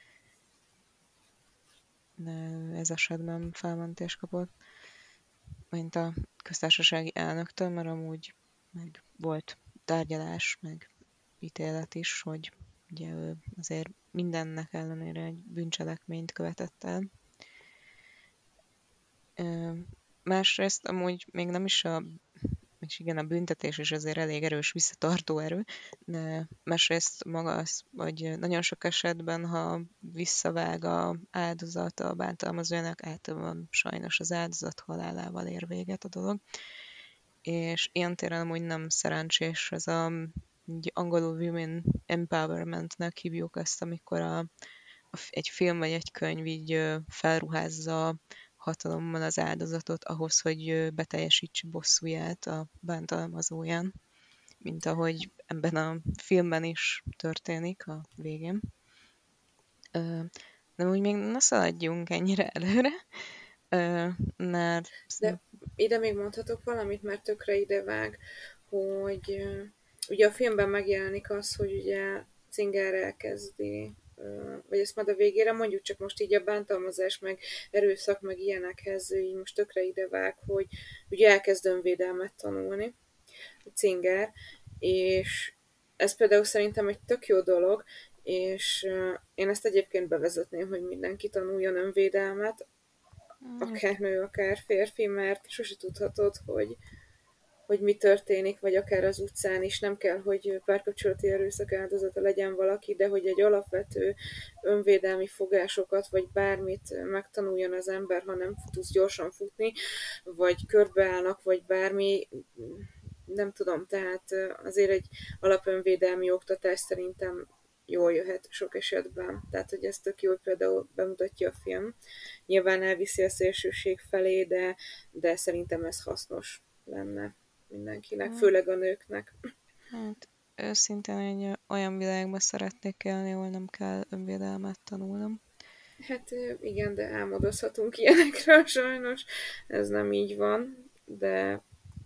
[SPEAKER 1] De ez esetben felmentést kapott, mint a köztársasági elnöktől, mert amúgy meg volt tárgyalás, meg ítélet is, hogy ugye ő azért mindennek ellenére egy bűncselekményt követett el. Másrészt amúgy még nem is a és igen, a büntetés is azért elég erős visszatartó erő, de másrészt maga az, hogy nagyon sok esetben, ha visszavág a áldozat a bántalmazójának, általában sajnos az áldozat halálával ér véget a dolog. És ilyen téren amúgy nem szerencsés, ez a angolul women empowermentnek hívjuk ezt, amikor a, a, egy film vagy egy könyv így felruházza hatalommal az áldozatot ahhoz, hogy beteljesítse bosszúját a bántalmazóján, mint ahogy ebben a filmben is történik a végén. De úgy még ne szaladjunk ennyire előre, mert...
[SPEAKER 2] De ide még mondhatok valamit, mert tökre idevág, hogy ugye a filmben megjelenik az, hogy ugye Singer elkezdi, vagy ezt majd a végére mondjuk, csak most így a bántalmazás, meg erőszak, meg ilyenekhez így most tökre idevág, hogy ugye elkezd önvédelmet tanulni, Singer, és ez például szerintem egy tök jó dolog, és én ezt egyébként bevezetném, hogy mindenki tanuljon önvédelmet, akár nő, akár férfi, mert sose tudhatod, hogy, hogy mi történik, vagy akár az utcán is. Nem kell, hogy párkapcsolati erőszak áldozata legyen valaki, de hogy egy alapvető önvédelmi fogásokat, vagy bármit megtanuljon az ember, ha nem tudsz gyorsan futni, vagy körbeállnak, vagy bármi, nem tudom, tehát azért egy alapönvédelmi oktatás szerintem jól jöhet sok esetben. Tehát, hogy ez tök jó, hogy például bemutatja a film. Nyilván elviszi a szélsőség felé, de, de szerintem ez hasznos lenne mindenkinek, főleg a nőknek.
[SPEAKER 1] Hát őszintén egy olyan világban szeretnék élni, ahol nem kell önvédelmet tanulnom.
[SPEAKER 2] Hát igen, de álmodozhatunk ilyenekről sajnos. Ez nem így van, de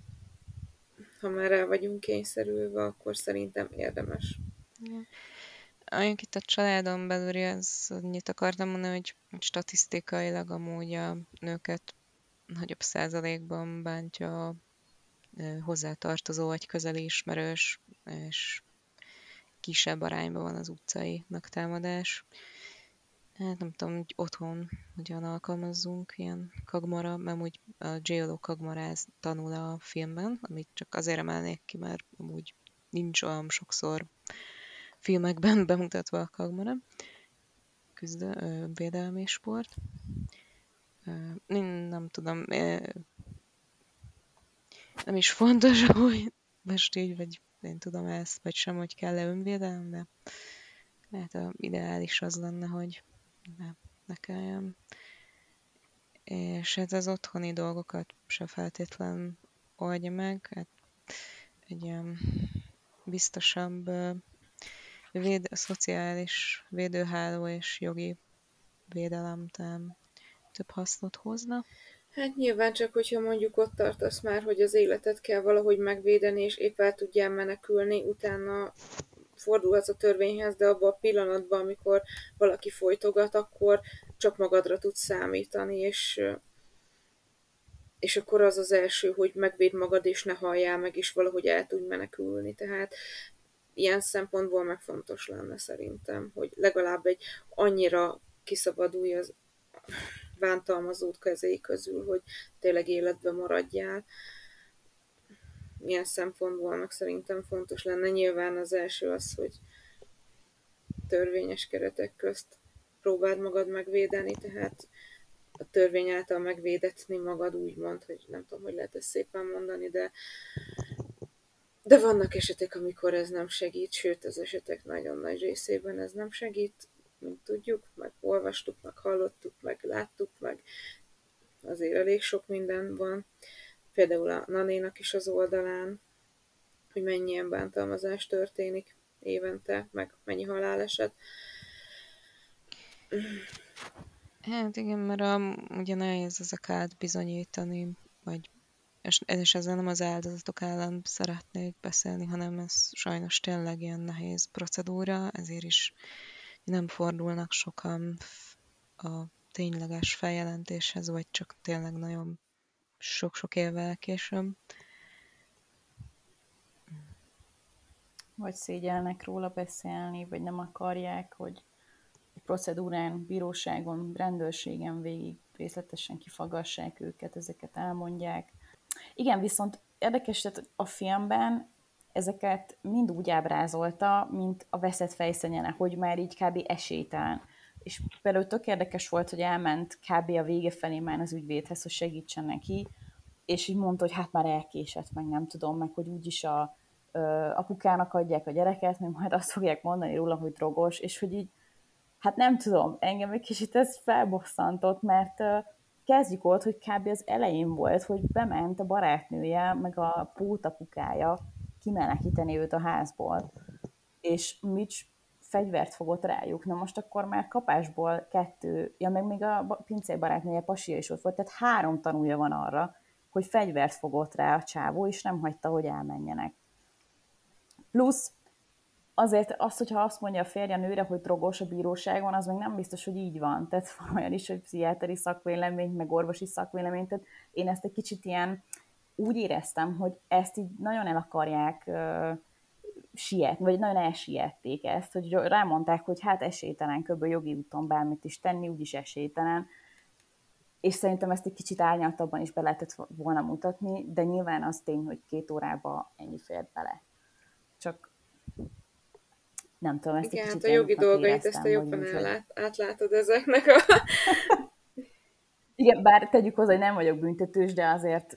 [SPEAKER 2] ha már rá vagyunk kényszerülve, akkor szerintem érdemes.
[SPEAKER 1] Ja. Olyan itt a családon belül, az annyit akartam mondani, hogy statisztikailag amúgy a nőket nagyobb százalékban bántja hozzátartozó vagy közeli ismerős, és kisebb arányban van az utcai megtámadás. Hát nem tudom, hogy otthon hogyan alkalmazzunk ilyen kagmara, mert úgy a J Lo kagmaráz tanul a filmben, amit csak azért emelnék ki, mert amúgy nincs olyan sokszor filmekben bemutatva a kagmara. Küzdő, védelmi sport. Nem tudom, nem is fontos, hogy most így, vagy én tudom ezt, vagy sem, hogy kell-e önvédelem, de hát a ideális az lenne, hogy ne, ne kelljen. És hát az otthoni dolgokat se feltétlen oldja meg, hát egy ilyen biztosabb véd, szociális védőháló és jogi védelem talán több hasznot hozna.
[SPEAKER 2] Hát nyilván csak, hogyha mondjuk ott tartasz már, hogy az életet kell valahogy megvédeni, és épp el tudjál menekülni, utána fordulhatsz a törvényhez, de abban a pillanatban, amikor valaki folytogat, akkor csak magadra tudsz számítani, és, és akkor az az első, hogy megvéd magad, és ne halljál meg, és valahogy el tudj menekülni. Tehát ilyen szempontból meg fontos lenne szerintem, hogy legalább egy annyira kiszabadulj az bántalmazód kezei közül, hogy tényleg életben maradjál. Ilyen szempontból meg szerintem fontos lenne. Nyilván az első az, hogy törvényes keretek közt próbáld magad megvédeni, tehát a törvény által megvédetni magad úgymond, hogy nem tudom, hogy lehet ezt szépen mondani, de de vannak esetek, amikor ez nem segít, sőt, az esetek nagyon nagy részében ez nem segít, mint tudjuk, meg olvastuk, meg hallottuk, meg láttuk, meg azért elég sok minden van. például a Nanénak is az oldalán, hogy mennyi ilyen bántalmazás történik évente, meg mennyi haláleset.
[SPEAKER 1] Hát igen, mert a, ugye nehéz ezeket bizonyítani, vagy és, és ezzel nem az áldozatok ellen szeretnék beszélni, hanem ez sajnos tényleg ilyen nehéz procedúra, ezért is nem fordulnak sokan a tényleges feljelentéshez, vagy csak tényleg nagyon sok-sok évvel később.
[SPEAKER 3] Vagy szégyelnek róla beszélni, vagy nem akarják, hogy egy procedúrán, bíróságon, rendőrségen végig részletesen kifaggassák őket, ezeket elmondják. Igen, viszont érdekes, tehát a filmben ezeket mind úgy ábrázolta, mint a veszett fejszennyene, hogy már így kb. Esélytelen. És például tök érdekes volt, hogy elment kb. A vége felé már az ügyvédhez, hogy segítsen neki, és így mondta, hogy hát már elkésett, meg nem tudom, meg hogy úgyis a ö, apukának adják a gyereket, meg majd azt fogják mondani róla, hogy drogos, és hogy így, hát nem tudom, engem egy kicsit ez felbosszantott, mert ö, kezdjük ott, hogy kb. Az elején volt, hogy bement a barátnője, meg a pótapukája kimenekíteni őt a házból, és Mitch fegyvert fogott rájuk. Na most akkor már kapásból kettő, ja meg még a pincér barátnője Pasia is ott volt, tehát három tanúja van arra, hogy fegyvert fogott rá a csávó, és nem hagyta, hogy elmenjenek. Plusz azért az, hogyha azt mondja a férje nőre, hogy drogos a bíróságon, az meg nem biztos, hogy így van. Tehát van olyan is, hogy pszichiáteri szakvélemény, meg orvosi szakvélemény. Tehát én ezt egy kicsit ilyen úgy éreztem, hogy ezt így nagyon el akarják uh, sietni, vagy nagyon elsiették ezt, hogy rámondták, hogy hát esélytelen, kb. Jogi úton bármit is tenni, úgyis esélytelen. És szerintem ezt egy kicsit árnyaltabban is be lehetett volna mutatni, de nyilván az tény, hogy két órába ennyi fért bele. Csak nem tudom, ezt
[SPEAKER 2] igen,
[SPEAKER 3] egy kicsit
[SPEAKER 2] hát a jogi dolgait ezt a jobban ellát, átlátod ezeknek a...
[SPEAKER 3] Igen, bár tegyük hozzá, hogy nem vagyok büntetős, de azért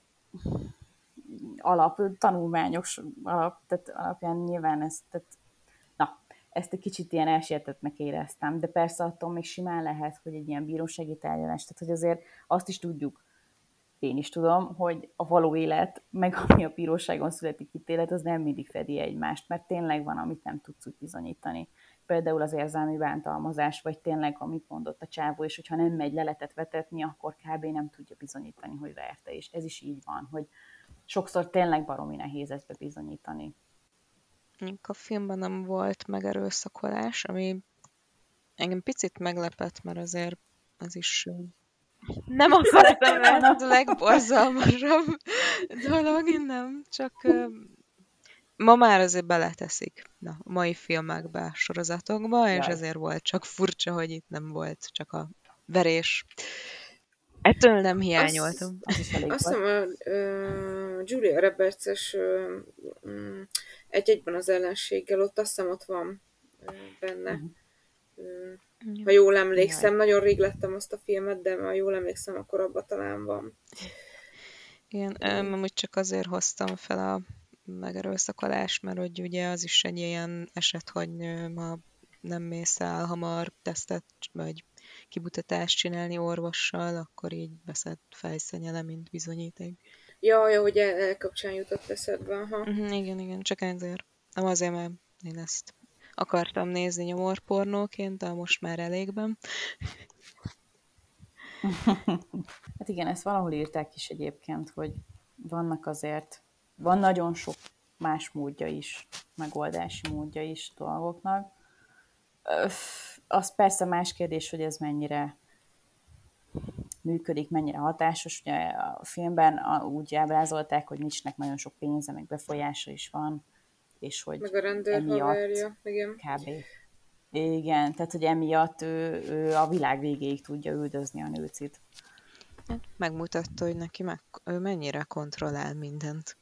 [SPEAKER 3] alap, tanulmányos alap, tehát alapján nyilván ezt, tehát, na, ezt egy kicsit ilyen elsietettnek éreztem, de persze attól még simán lehet, hogy egy ilyen bírósági tárgyalás, tehát hogy azért azt is tudjuk, én is tudom, hogy a való élet, meg ami a bíróságon születik ítélet, az nem mindig fedi egymást, mert tényleg van, amit nem tudsz úgy bizonyítani. Például az érzelmi bántalmazás, vagy tényleg, amit mondott a csávó, és hogyha nem megy leletet vetetni, akkor kb. Nem tudja bizonyítani, hogy verte, és ez is így van, hogy sokszor tényleg baromi nehéz ezt bebizonyítani.
[SPEAKER 1] A filmben nem volt megerőszakolás, ami engem picit meglepett, mert azért az is nem akartam, mert a legborzalmasabb dolog, nem, csak ma már azért beleteszik na, a mai filmekbe, sorozatokba, és
[SPEAKER 3] Jaj.
[SPEAKER 1] ezért volt csak furcsa, hogy itt nem volt csak a verés. Ettől nem hiányoltam.
[SPEAKER 3] Az is elég
[SPEAKER 2] Azt
[SPEAKER 3] volt.
[SPEAKER 2] hiszem, a uh, Julia Roberts-es uh, um, egy-egyben az ellenséggel, ott azt hiszem ott van uh, benne.
[SPEAKER 3] Mhm.
[SPEAKER 2] Uh, ha jól emlékszem,
[SPEAKER 3] Jaj.
[SPEAKER 2] nagyon rég láttam azt a filmet, de ha jól emlékszem, akkor abban talán van.
[SPEAKER 1] Igen, öm, amúgy csak azért hoztam fel a megerőszakolást, mert hogy ugye az is egy ilyen eset, hogy öm, ha nem mész el hamar tesztet, vagy kibutatást csinálni orvossal, akkor így veszed fejszennyele, mint bizonyíték.
[SPEAKER 2] Ja, ja, hogy el, el kapcsán jutott eszedbe, aha.
[SPEAKER 1] Uh-huh, igen, igen, csak ezért. Nem azért, mert én ezt akartam nézni nyomorpornóként, de most már elégben.
[SPEAKER 3] Hát igen, ezt valahol írták is egyébként, hogy vannak azért, van nagyon sok más módja is, megoldási módja is dolgoknak. Öff, az persze más kérdés, hogy ez mennyire működik, mennyire hatásos. Ugye a filmben úgy ábrázolták, hogy Mitchnek nagyon sok pénze, meg befolyása is van, és hogy
[SPEAKER 2] Meg a rendőr
[SPEAKER 3] emiatt
[SPEAKER 2] haverja, igen.
[SPEAKER 3] kb. Igen, tehát hogy emiatt ő, ő a világ végéig tudja üldözni a nőcit.
[SPEAKER 1] Megmutatta, hogy neki meg, ő mennyire kontrollál mindent.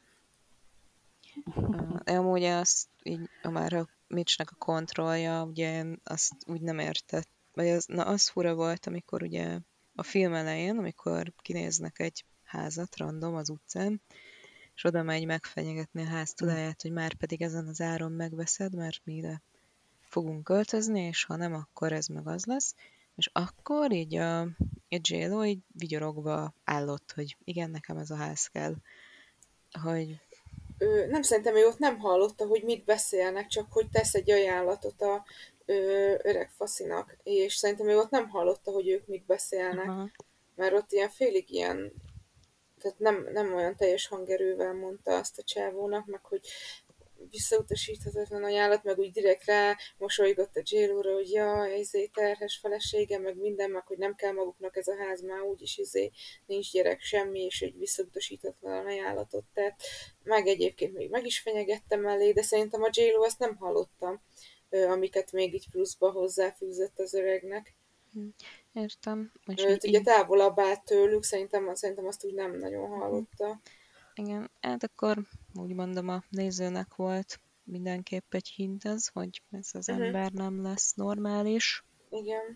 [SPEAKER 1] Én amúgy azt így, már a Mitchnek a kontrollja, ugye én azt úgy nem értett, vagy az, na az fura volt, amikor ugye a film elején, amikor kinéznek egy házat random az utcán, és oda megy megfenyegetni a ház tulaját, hogy már pedig ezen az áron megveszed, mert mi ide fogunk költözni, és ha nem, akkor ez meg az lesz. És akkor így a J-Lo így vigyorogva állott, hogy igen, nekem ez a ház kell. Hogy...
[SPEAKER 2] Ö, nem, szerintem ő ott nem hallotta, hogy mit beszélnek, csak hogy tesz egy ajánlatot a ö, öreg faszinak, és szerintem ő ott nem hallotta, hogy ők mit beszélnek,
[SPEAKER 1] Aha.
[SPEAKER 2] mert ott ilyen félig ilyen, tehát nem, nem olyan teljes hangerővel mondta azt a csávónak, meg hogy visszautasíthatatlan ajánlat, meg úgy direkt rá mosolygott a J-Lo-ra, hogy ja, izé, terhes felesége, meg minden, meg hogy nem kell maguknak ez a ház, már úgyis izé, nincs gyerek, semmi, és egy visszautasíthatatlan ajánlatot tett. Meg egyébként még meg is fenyegettem mellé, de szerintem a J-Lo ezt nem hallottam, amiket még így pluszba hozzáfűzött az öregnek.
[SPEAKER 1] Értem. És
[SPEAKER 2] Őt
[SPEAKER 1] így,
[SPEAKER 2] ugye távolabb állt tőlük, szerintem, szerintem azt úgy nem nagyon hallotta.
[SPEAKER 1] Igen, hát akkor úgy mondom, a nézőnek volt mindenképp egy hint ez, hogy ez az
[SPEAKER 2] Uh-huh.
[SPEAKER 1] ember nem lesz normális.
[SPEAKER 2] Igen.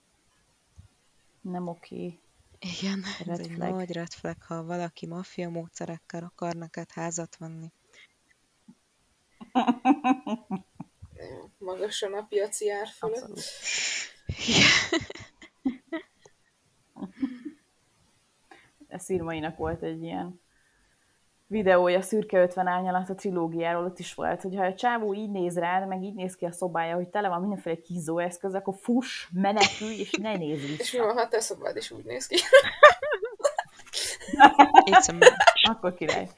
[SPEAKER 3] Nem oké.
[SPEAKER 1] Igen,
[SPEAKER 3] Red
[SPEAKER 1] ez egy
[SPEAKER 3] flag.
[SPEAKER 1] nagy red flag, ha valaki maffia módszerekkel akar neked házat venni.
[SPEAKER 2] Magasan a piaci ár fölött.
[SPEAKER 3] Abszolút. Szirmainak volt egy ilyen videója, Szürke ötven árnyalat a trilógiáról, ott is volt, hogy ha a csávó így néz rád, meg így néz ki a szobája, hogy tele van mindenféle kihízóeszköz, akkor fuss, menekülj, és ne nézz vissza.
[SPEAKER 2] És mi van, ha te szobád is úgy néz ki?
[SPEAKER 3] Akkor király.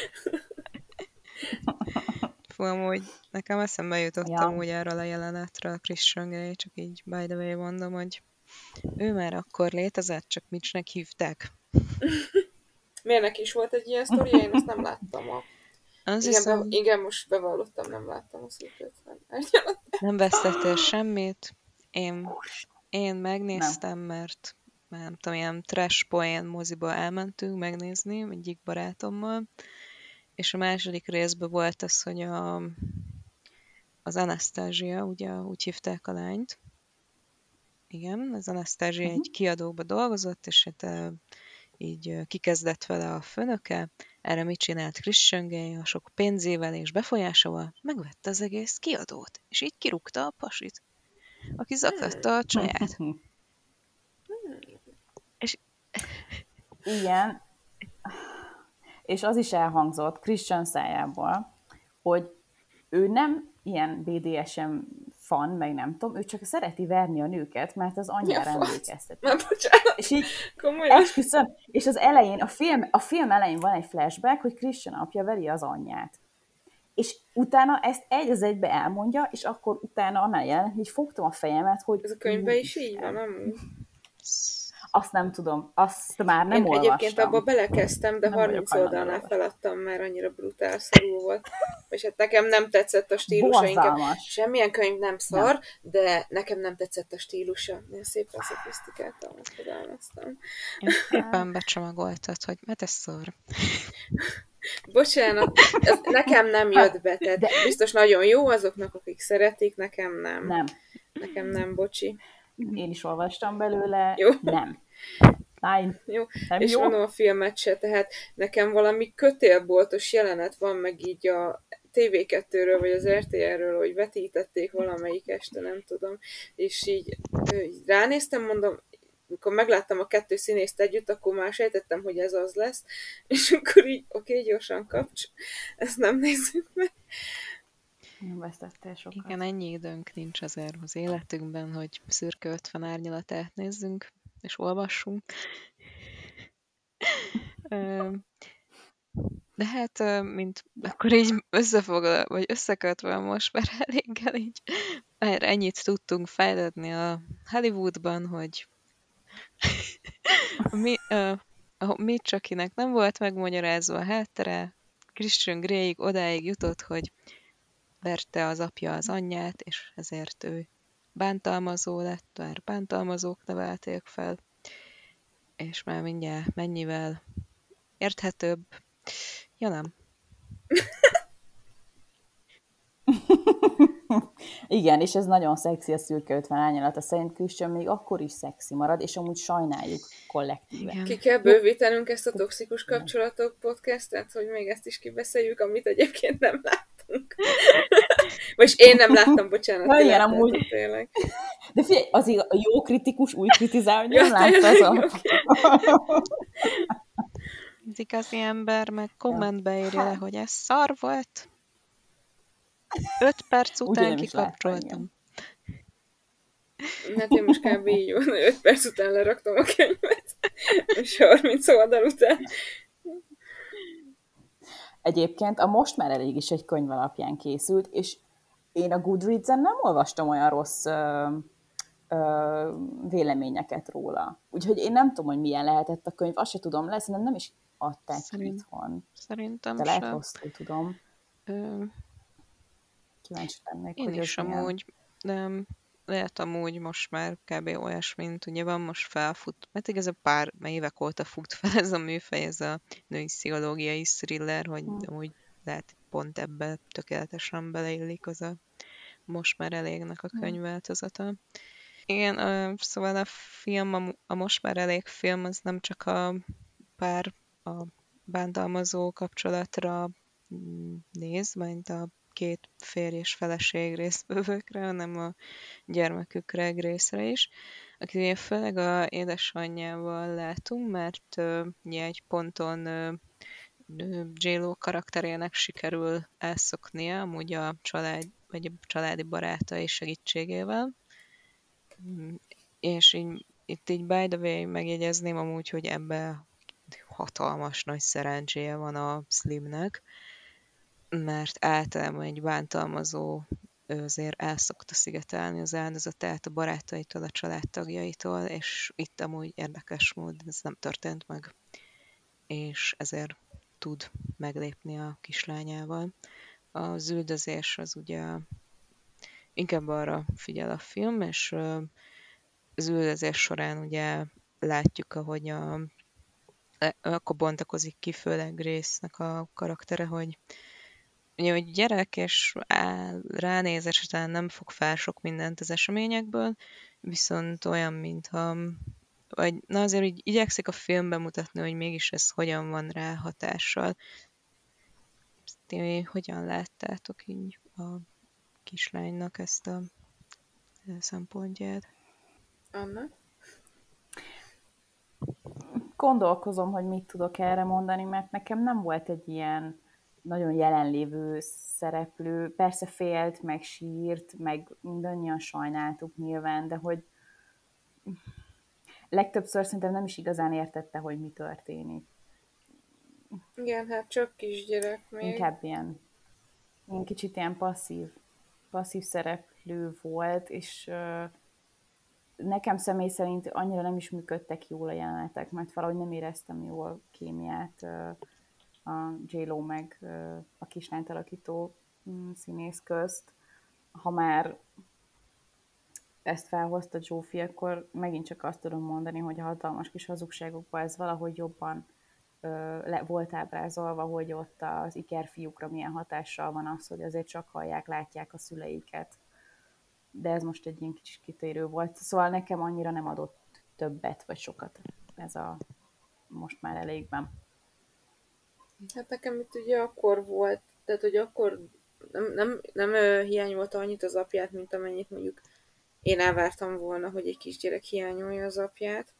[SPEAKER 1] Fú, amúgy nekem eszembe jutottam
[SPEAKER 3] Ja.
[SPEAKER 1] úgy erről a jelenetről, Christian Grey, csak így by the way mondom, hogy ő már akkor létezett, csak Mitchnek hívták.
[SPEAKER 2] Miért neki is volt egy ilyen sztoria? Én azt nem láttam. A...
[SPEAKER 1] Az
[SPEAKER 2] igen,
[SPEAKER 1] hiszem,
[SPEAKER 2] be, igen, most bevallottam, nem láttam a Szürke ötven árnyalat.
[SPEAKER 1] nem vesztettél semmit. Én, én megnéztem, nem. mert már nem tudom, ilyen trash poén moziba elmentünk megnézni egyik barátommal, és a második részben volt az, hogy a, az Anastasia, ugye úgy hívták a lányt. Igen, az Anastasia uh-huh. egy kiadóba dolgozott, és hát így kikezdett vele a főnöke. Erre mit csinált Christian Grey a sok pénzével és befolyásával? Megvette az egész kiadót, és így kirúgta a pasit, aki zaklatta a csaját. és...
[SPEAKER 3] Igen. És az is elhangzott Christian szájából, hogy ő nem ilyen bé dé es em fan, meg nem tudom, ő csak szereti verni a nőket, mert az anyjára emlékeztet.
[SPEAKER 2] Már bocsánat.
[SPEAKER 3] És így
[SPEAKER 2] Komolyan.
[SPEAKER 3] esküszöm, és az elején, a film, a film elején van egy flashback, hogy Christian apja veri az anyját. És utána ezt egy az egybe elmondja, és akkor utána annál jelenik, hogy fogtam a fejemet, hogy...
[SPEAKER 2] Ez a könyvben is így van, amúgy.
[SPEAKER 3] Azt nem tudom, azt már nem
[SPEAKER 2] Én
[SPEAKER 3] olvastam.
[SPEAKER 2] egyébként abba belekezdtem, de
[SPEAKER 3] Nem
[SPEAKER 2] harminc oldalnál feladtam, mert annyira brutál szarul volt. És hát nekem nem tetszett a stílusa, inkább semmilyen könyv nem szar, nem. De nekem nem tetszett a stílusa. Én szépen szofisztikáltan megfogalmaztam.
[SPEAKER 1] Éppen becsomagoltad, hogy mert ez szar.
[SPEAKER 2] Bocsánat, ez nekem nem jött be, tehát de... biztos nagyon jó azoknak, akik szeretik, nekem nem.
[SPEAKER 3] Nem.
[SPEAKER 2] Nekem nem, bocsi.
[SPEAKER 3] Én is olvastam belőle,
[SPEAKER 2] jó.
[SPEAKER 3] nem. Nein.
[SPEAKER 2] Jó,
[SPEAKER 3] nem
[SPEAKER 2] és
[SPEAKER 3] jó.
[SPEAKER 2] mondom a filmet se, tehát nekem valami kötélboltos jelenet van, meg így a té vé kettőről, vagy az er té er-ről, hogy vetítették valamelyik este, nem tudom, és így, így ránéztem, mondom, amikor megláttam a kettő színészt együtt, akkor már sejtettem, hogy ez az lesz, és akkor így, oké, okay, gyorsan kapcs, ezt nem nézzük meg.
[SPEAKER 3] Nem vesztettél sokat.
[SPEAKER 1] Igen, ennyi időnk nincs azért az életünkben, hogy Szürke ötven árnyalatát nézzünk, és olvassunk. De hát, mint akkor így összefoglalva, vagy összekötve most már eléggel így, már ennyit tudtunk fejlődni a Hollywoodban, hogy mi, uh, a Mitch, akinek nem volt megmagyarázva a háttere, Christian Greyig odáig jutott, hogy verte az apja az anyját, és ezért ő bántalmazó lett, már bántalmazók nevelték fel, és már mindjárt mennyivel érthetőbb. Ja, nem.
[SPEAKER 3] Igen, és ez nagyon szexi a Szürke ötven árnyalata. Szerint Christian még akkor is szexi marad, és amúgy sajnáljuk kollektíven.
[SPEAKER 2] Ki kell bővítenünk ezt a toxikus kapcsolatok podcastet, hogy még ezt is kibeszéljük, amit egyébként nem láttunk. Most én nem láttam, bocsánat,
[SPEAKER 3] Ja,
[SPEAKER 2] ti
[SPEAKER 3] igen,
[SPEAKER 2] láttátok
[SPEAKER 3] amúgy.
[SPEAKER 2] tényleg.
[SPEAKER 3] De figyelj, az igaz, a jó kritikus úgy kritizál, hogy
[SPEAKER 2] Ja,
[SPEAKER 3] nem látta az
[SPEAKER 2] tényleg,
[SPEAKER 3] alapot.
[SPEAKER 2] oké.
[SPEAKER 1] Az igazi ember meg kommentbe írja le,
[SPEAKER 3] Hát.
[SPEAKER 1] hogy ez szar volt. Öt perc
[SPEAKER 3] Úgyhogy
[SPEAKER 1] után
[SPEAKER 3] nem is láttam,
[SPEAKER 1] kikapcsoltam.
[SPEAKER 2] Hát én most kb. Így van, öt perc után leraktam a könyvet. És harminc oldal után.
[SPEAKER 3] Egyébként a Most már elég is egy könyv alapján készült, és én a Goodreads-en nem olvastam olyan rossz ö, ö, véleményeket róla. Úgyhogy én nem tudom, hogy milyen lehetett a könyv, azt se tudom, lesz, nem, nem is adták
[SPEAKER 1] Szerint,
[SPEAKER 3] ki itthon.
[SPEAKER 1] szerintem
[SPEAKER 3] De lehet
[SPEAKER 1] se.
[SPEAKER 3] rosszul tudom.
[SPEAKER 1] Ö,
[SPEAKER 3] Kíváncsi lennék,
[SPEAKER 1] én
[SPEAKER 3] hogy
[SPEAKER 1] is
[SPEAKER 3] ez milyen.
[SPEAKER 1] amúgy, nem, lehet amúgy most már kb. Olyas, mint ugye van most felfut, mert igazából pár évek óta fut fel ez a műfej, ez a női pszichológiai thriller, hogy
[SPEAKER 3] Hm.
[SPEAKER 1] amúgy lehet pont ebbe tökéletesen beleillik az a Most már elégnek a könyvváltozata. Igen, ö, szóval a film, a, a Most már elég film, az nem csak a pár a bántalmazó kapcsolatra mm, néz, mint a két férj és feleség résztvevőkre, hanem a gyermekükre egrészre is, akit ugye főleg a édesanyjával látunk, mert ö, ugye egy ponton ö, J-Lo karakterének sikerül elszoknia, amúgy a család, vagy a családi barátai segítségével. Mm, És így, itt így by the way megjegyezném amúgy, hogy ebbe hatalmas nagy szerencséje van a Slimnek, mert általában egy bántalmazó ő azért el szokta szigetelni az áldozatát a barátaitól, a családtagjaitól, és itt amúgy érdekes mód ez nem történt meg, és ezért tud meglépni a kislányával. Az üldözés az ugye inkább arra figyel a film, és az üldözés során ugye látjuk, ahogy a, akkor bontakozik ki főleg Grace-nek a karaktere, hogy ugye, hogy gyerek, és áll, ránézés után nem fog fel sok mindent az eseményekből, viszont olyan, mintha vagy na azért így igyekszik a filmben mutatni, hogy mégis ez hogyan van rá hatással. Ti hogyan láttátok így a kislánynak ezt a szempontját?
[SPEAKER 2] Anna?
[SPEAKER 3] Gondolkozom, hogy mit tudok erre mondani, mert nekem nem volt egy ilyen nagyon jelenlévő szereplő. Persze félt, meg sírt, meg mindannyian sajnáltuk nyilván, de hogy legtöbbször szerintem nem is igazán értette, hogy mi történik.
[SPEAKER 2] Igen, hát csak kisgyerek még.
[SPEAKER 3] Inkább ilyen, ilyen kicsit ilyen passzív, passzív szereplő volt, és uh, nekem személy szerint annyira nem is működtek jól a jelenetek, mert valahogy nem éreztem jól kémiát uh, a J-Lo meg uh, a kislányt alakító um, színész közt. Ha már ezt felhozta Zsófi, akkor megint csak azt tudom mondani, hogy a hatalmas kis hazugságokban ez valahogy jobban ö, le, volt ábrázolva, hogy ott az ikerfiúkra milyen hatással van az, hogy azért csak hallják, látják a szüleiket. De ez most egy ilyen kicsit kitérő volt. Szóval nekem annyira nem adott többet, vagy sokat ez a Most már elégben.
[SPEAKER 2] Hát nekem itt ugye akkor volt, tehát hogy akkor nem, nem, nem ö, hiányolta annyit az apját, mint amennyit mondjuk én elvártam volna, hogy egy kisgyerek hiányolja az apját.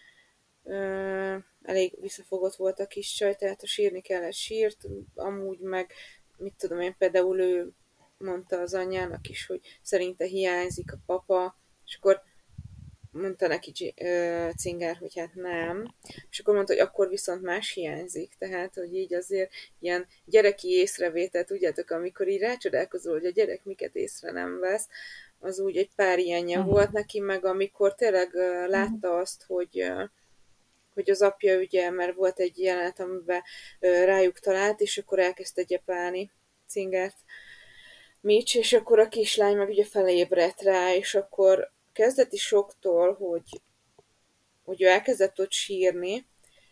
[SPEAKER 2] Ö, elég visszafogott volt a kis csaj, tehát a sírni kellett sírt, amúgy meg, mit tudom én, például ő mondta az anyjának is, hogy szerinte hiányzik a papa, és akkor mondta neki uh, Cinger, hogy hát nem, és akkor mondta, hogy akkor viszont más hiányzik, tehát, hogy így azért ilyen gyereki észrevétel, tudjátok, amikor így rácsodálkozol, hogy a gyerek miket észre nem vesz, az úgy egy pár ilyenje uh-huh. volt neki, meg amikor tényleg uh, látta azt, hogy uh, hogy az apja ugye, mert volt egy jelenet, amiben uh, rájuk talált, és akkor elkezdte gyepálni Cingert Mitch, és akkor a kislány meg ugye felébredt rá, és akkor kezdeti soktól, hogy, hogy ő elkezdett ott sírni,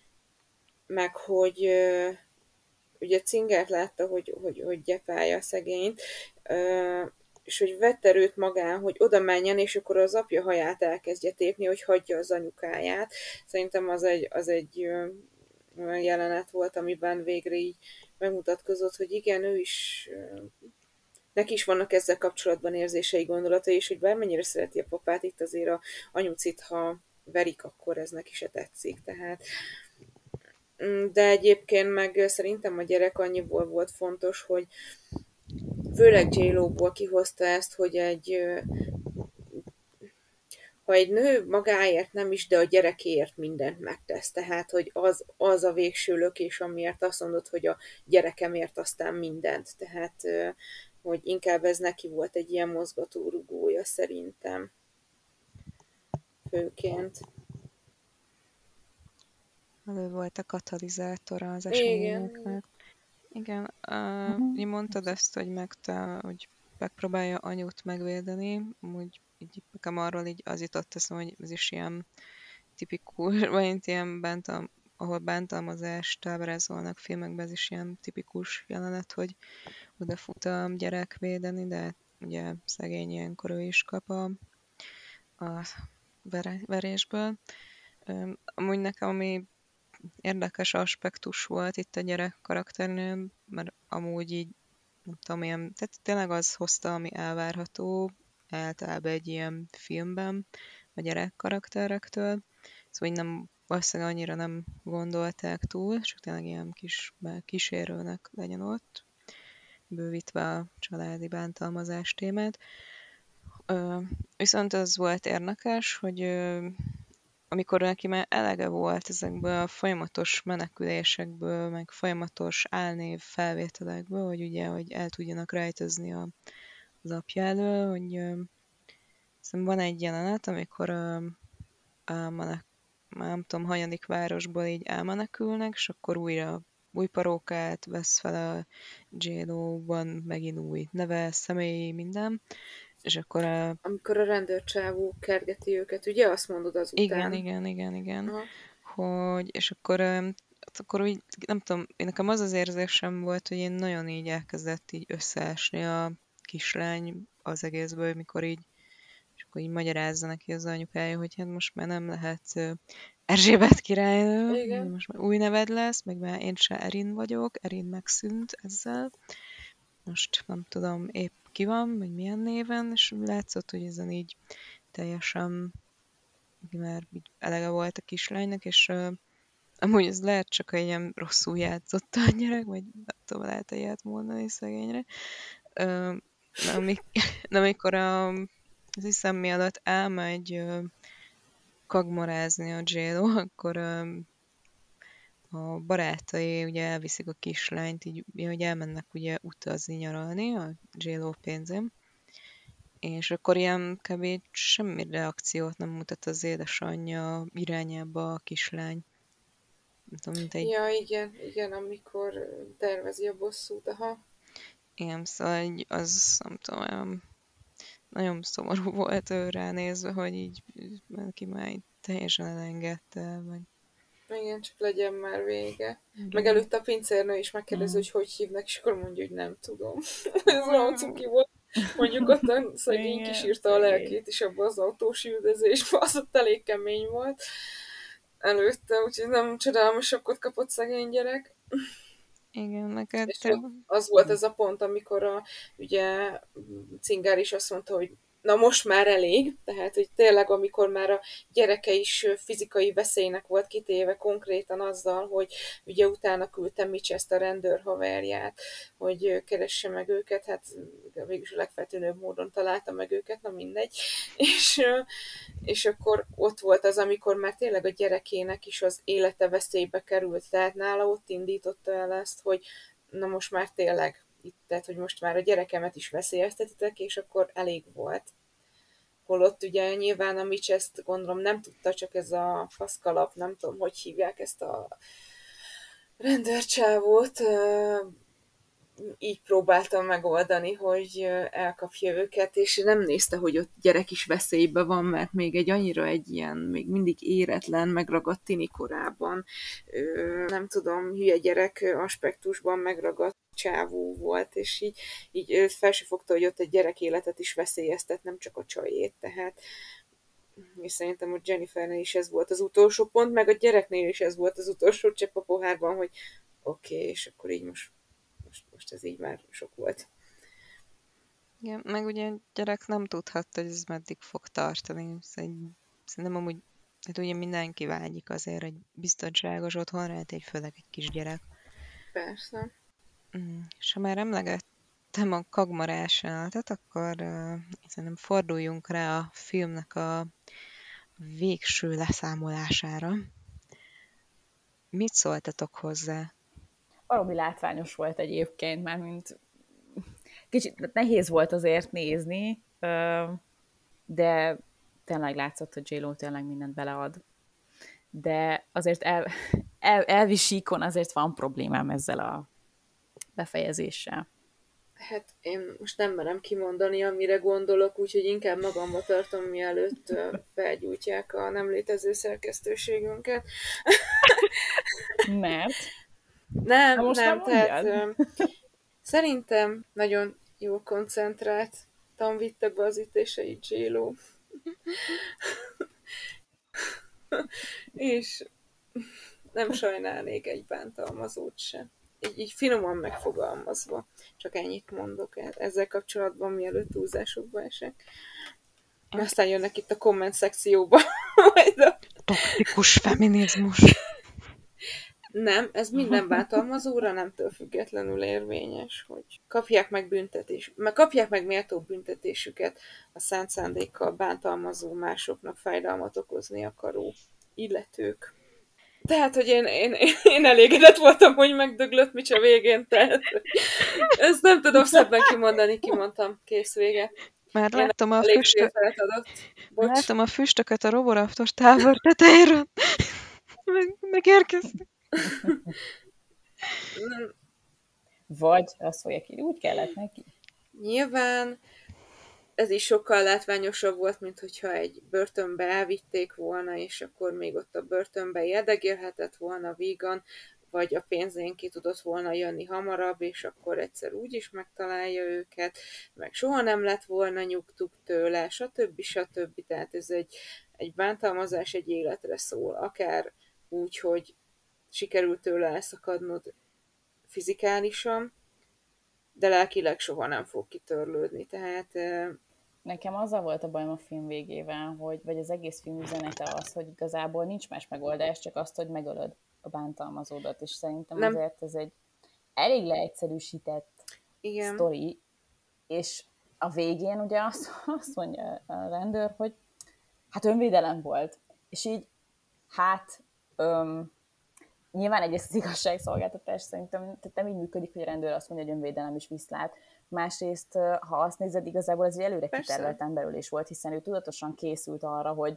[SPEAKER 2] meg hogy uh, ugye Cingert látta, hogy, hogy, hogy gyepálja a szegényt, uh, és hogy vett erőt magán, hogy oda menjen, és akkor az apja haját elkezdje tépni, hogy hagyja az anyukáját. Szerintem az egy, az egy olyan jelenet volt, amiben végre így megmutatkozott, hogy igen, ő is neki is vannak ezzel kapcsolatban érzései, gondolatai, és hogy bármennyire szereti a papát, itt azért a anyucit, ha verik, akkor ez neki se tetszik. Tehát, de egyébként meg szerintem a gyerek annyiból volt fontos, hogy főleg J-Lo-ból kihozta ezt, hogy egy ha egy nő magáért nem is, de a gyerekéért mindent megtesz. Tehát, hogy az, az a végső lökés, amiért azt mondod, hogy a gyerekemért aztán mindent. Tehát, hogy inkább ez neki volt egy ilyen mozgatórugója szerintem. Főként.
[SPEAKER 1] Ő volt a katalizátora az
[SPEAKER 2] Igen.
[SPEAKER 1] eseményeknek. Igen, uh, uh-huh. mondtad ezt, hogy, meg te, hogy megpróbálja anyut megvédeni, úgy így nekem arról így az jutott eszembe, hogy ez is ilyen tipikus, vagy ilyen bántalm, ahol bántalmazást ábrázolnak filmekben, ez is ilyen tipikus jelenet, hogy odafut a gyerek védeni, de ugye szegény ilyenkor ő is kap a, a verésből. Um, amúgy nekem, ami érdekes aspektus volt itt a gyerek karakternél, mert amúgy így, nem tudom, ilyen, tehát tényleg az hozta, ami elvárható általában egy ilyen filmben a gyerek karakterektől, szóval nem, valószínűleg annyira nem gondolták túl, csak tényleg ilyen kis kísérőnek legyen ott, bővítve a családi bántalmazás témát. Ö, viszont az volt érdekes, hogy ö, amikor neki már elege volt ezekből a folyamatos menekülésekből, meg folyamatos álnév felvételekből, hogy ugye, hogy el tudjanak rejtőzni a, az apja elől, hogy ö, van egy jelenet, amikor ö, elmenek, már nem tudom, hanyadik városból így elmenekülnek, és akkor újra új parókát vesz fel a J-Lo, van megint új neve, személyi, minden, és akkor a...
[SPEAKER 2] Amikor a rendőrcsávó kergeti őket, ugye azt mondod azután?
[SPEAKER 1] Igen, igen, igen, igen. Aha. Hogy, és akkor, akkor úgy, nem tudom, én nekem az az érzésem volt, hogy én nagyon így elkezdett így összeesni a kislány az egészből, mikor így, és akkor így magyarázza neki az anyukája, hogy hát most már nem lehet Erzsébet királynő, igen. Most már új neved lesz, meg már én se Erin vagyok, Erin megszűnt ezzel. Most nem tudom épp ki van, vagy milyen néven, és látszott, hogy ezen így teljesen már így elege volt a kislánynak, és uh, amúgy ez lehet csak, hogy ilyen rosszul játszott a gyerek, vagy nem tudom, lehet ilyet mondani szegényre. Uh, na, amik, na, amikor a, az hiszem mi alatt elmegy uh, kagmorázni a J-Lo, akkor uh, a barátai ugye elviszik a kislányt, így, hogy elmennek ugye utazni, nyaralni a J-Lo pénzén, és akkor ilyen kb. Semmi reakciót nem mutat az édesanyja irányába a kislány. Nem tudom, mint egy...
[SPEAKER 2] Ja, igen, igen, amikor tervezi a bosszút, aha.
[SPEAKER 1] Igen, szóval az, nem tudom, nagyon szomorú volt ő ránézve, hogy így neki már így teljesen elengedte, vagy...
[SPEAKER 2] Igen, csak legyen már vége. Igen. Meg előtte a pincérnő is megkérdezi, mm. hogy hogy hívnak, és akkor mondja, hogy nem tudom. Ez olyan cuki volt. Mondjuk ott a szegény kisírta a lelkét is abban az autós üldözésben, az ott elég kemény volt előtte, úgyhogy nem csodálom, sokkot kapott szegény gyerek.
[SPEAKER 1] Igen, neked
[SPEAKER 2] és
[SPEAKER 1] te...
[SPEAKER 2] az volt ez a pont, amikor a, ugye Cingár is azt mondta, hogy na most már elég, tehát hogy tényleg amikor már a gyereke is fizikai veszélynek volt kitéve konkrétan azzal, hogy ugye utána küldtem Mitch ezt a rendőrhaverját, hogy keresse meg őket, hát végülis a legfeltűnőbb módon találta meg őket, na mindegy, és, és akkor ott volt az, amikor már tényleg a gyerekének is az élete veszélybe került, tehát nála ott indította el ezt, hogy na most már tényleg itt, tehát hogy most már a gyerekemet is veszélyeztetitek, és akkor elég volt. Holott ugye nyilván a Mitch ezt gondolom nem tudta, csak ez a faszkalap, nem tudom, hogy hívják ezt a rendőrcsávót, így próbáltam megoldani, hogy elkapja őket, és nem nézte, hogy ott gyerek is veszélyben van, mert még egy annyira egy ilyen, még mindig éretlen, megragadt tini korában, nem tudom, hülye gyerek aspektusban megragadt csávó volt, és így, így fel se fogta, hogy ott egy gyerek életet is veszélyeztet, nem csak a csajét, tehát és szerintem hogy Jennifernél is ez volt az utolsó pont, meg a gyereknél is ez volt az utolsó csepp a pohárban, hogy oké, okay, és akkor így most Most, most ez így már sok volt.
[SPEAKER 1] Igen, meg ugye a gyerek nem tudhatta, hogy ez meddig fog tartani. Szerintem, szerintem amúgy, hát ugye mindenki vágyik azért egy biztonságos otthonra, hát egy főleg egy kisgyerek.
[SPEAKER 2] Persze.
[SPEAKER 1] Mm, és ha már emlegettem a kagmarás jelenetet, akkor uh, szerintem forduljunk rá a filmnek a végső leszámolására. Mit szóltatok hozzá?
[SPEAKER 3] Valami látványos volt egyébként, már mint kicsit nehéz volt azért nézni, de tényleg látszott, hogy J-Lo tényleg mindent belead. De azért el, el, elvis síkon azért van problémám ezzel a befejezéssel.
[SPEAKER 2] Hát én most nem merem kimondani, amire gondolok, úgyhogy inkább magamba tartom, mielőtt felgyújtják a nem létező szerkesztőségünket.
[SPEAKER 3] Mert?
[SPEAKER 2] Nem,
[SPEAKER 3] Na most
[SPEAKER 2] nem,
[SPEAKER 3] már
[SPEAKER 2] tehát
[SPEAKER 3] mondjad.
[SPEAKER 2] ö, szerintem nagyon jól koncentráltan vitte be az ütéseit J-Lo. És nem sajnálnék egy bántalmazót se. Így, így finoman megfogalmazva. Csak ennyit mondok ezzel kapcsolatban, mielőtt túlzásokba esek. Aztán jönnek itt a komment szekcióba. Majd a...
[SPEAKER 1] Toxikus feminizmus.
[SPEAKER 2] Nem, ez minden bántalmazóra nemtől függetlenül érvényes, hogy kapják meg büntetés, meg kapják meg méltó büntetésüket a szánt szándékkal bántalmazó, másoknak fájdalmat okozni akaró illetők. Tehát, hogy én, én, én elégedett voltam, hogy megdöglött Mitch a végén, tehát ezt nem tudom szebben kimondani, kimondtam, kész, vége.
[SPEAKER 1] Már
[SPEAKER 2] Én
[SPEAKER 1] látom a,
[SPEAKER 2] elég
[SPEAKER 1] füstö...
[SPEAKER 2] adott. Bocs.
[SPEAKER 1] látom a füstöket a roboraftos tábor tetejéről. Meg, megérkeztek.
[SPEAKER 3] Vagy azt fogják írni, úgy kellett neki.
[SPEAKER 2] Nyilván ez is sokkal látványosabb volt, mint hogyha egy börtönbe elvitték volna, és akkor még ott a börtönbe érdegélhetett volna vígan, vagy a pénzén ki tudott volna jönni hamarabb, és akkor egyszer úgy is megtalálja őket, meg soha nem lett volna nyugtuk tőle, stb. stb. Tehát ez egy, egy bántalmazás egy életre szól, akár úgy, hogy sikerült tőle elszakadnod fizikálisan, de lelkileg soha nem fog kitörlődni. Tehát
[SPEAKER 3] Nekem azzal volt a bajom a film végével, hogy, vagy az egész film üzenete az, hogy igazából nincs más megoldás, csak azt, hogy megölöd a bántalmazódat, és szerintem nem. Azért ez egy elég leegyszerűsített
[SPEAKER 2] igen.
[SPEAKER 3] sztori, és a végén ugye azt, azt mondja a rendőr, hogy hát önvédelem volt. És így, hát öm, nyilván egyrészt az igazságszolgáltatás szerintem tehát nem így működik, hogy a rendőr azt mondja, hogy önvédelem is viszlát. Másrészt, ha azt nézed, igazából ez egy előre kitervelt emberölés volt, hiszen ő tudatosan készült arra, hogy,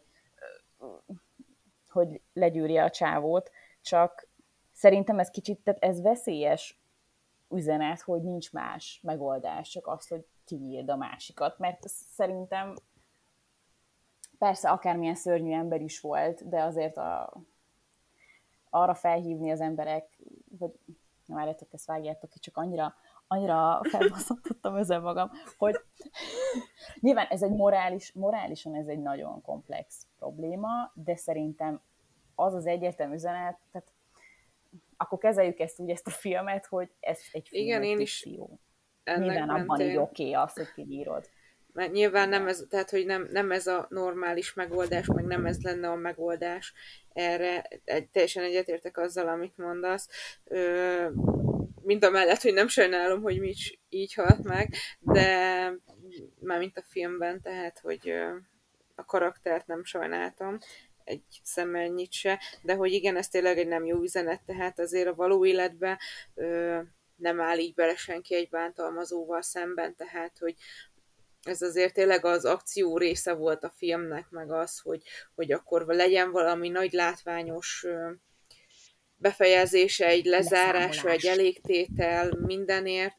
[SPEAKER 3] hogy legyűrje a csávót, csak szerintem ez kicsit, tehát ez veszélyes üzenet, hogy nincs más megoldás, csak azt, hogy kinyírd a másikat, mert szerintem persze akármilyen szörnyű ember is volt, de azért a, arra felhívni az emberek, hogy na várjátok, ezt vágjátok ki, csak annyira, annyira felbaszottam ezzel magam, hogy nyilván ez egy morális, morálisan ez egy nagyon komplex probléma, de szerintem az az egyértelmű üzenet, tehát akkor kezeljük ezt úgy, ezt a filmet, hogy ez egy film,
[SPEAKER 2] igen,
[SPEAKER 3] egy
[SPEAKER 2] én
[SPEAKER 3] fikció.
[SPEAKER 2] Is
[SPEAKER 3] nyilván abban így oké okay, az, hogy kinyírod.
[SPEAKER 2] Mert nyilván nem ez, tehát, hogy nem, nem ez a normális megoldás, meg nem ez lenne a megoldás erre. Egy, teljesen egyetértek azzal, amit mondasz. Ö, mind a mellett, hogy nem sajnálom, hogy Mitch így halt meg, de már mint a filmben, tehát, hogy a karaktert nem sajnáltam egy szemmel ennyit se, de hogy igen, ez tényleg egy nem jó üzenet, tehát azért a való életben ö, nem áll így bele senki egy bántalmazóval szemben, tehát, hogy ez azért tényleg az akció része volt a filmnek, meg az, hogy, hogy akkor legyen valami nagy látványos befejezése, egy lezárása, egy elégtétel mindenért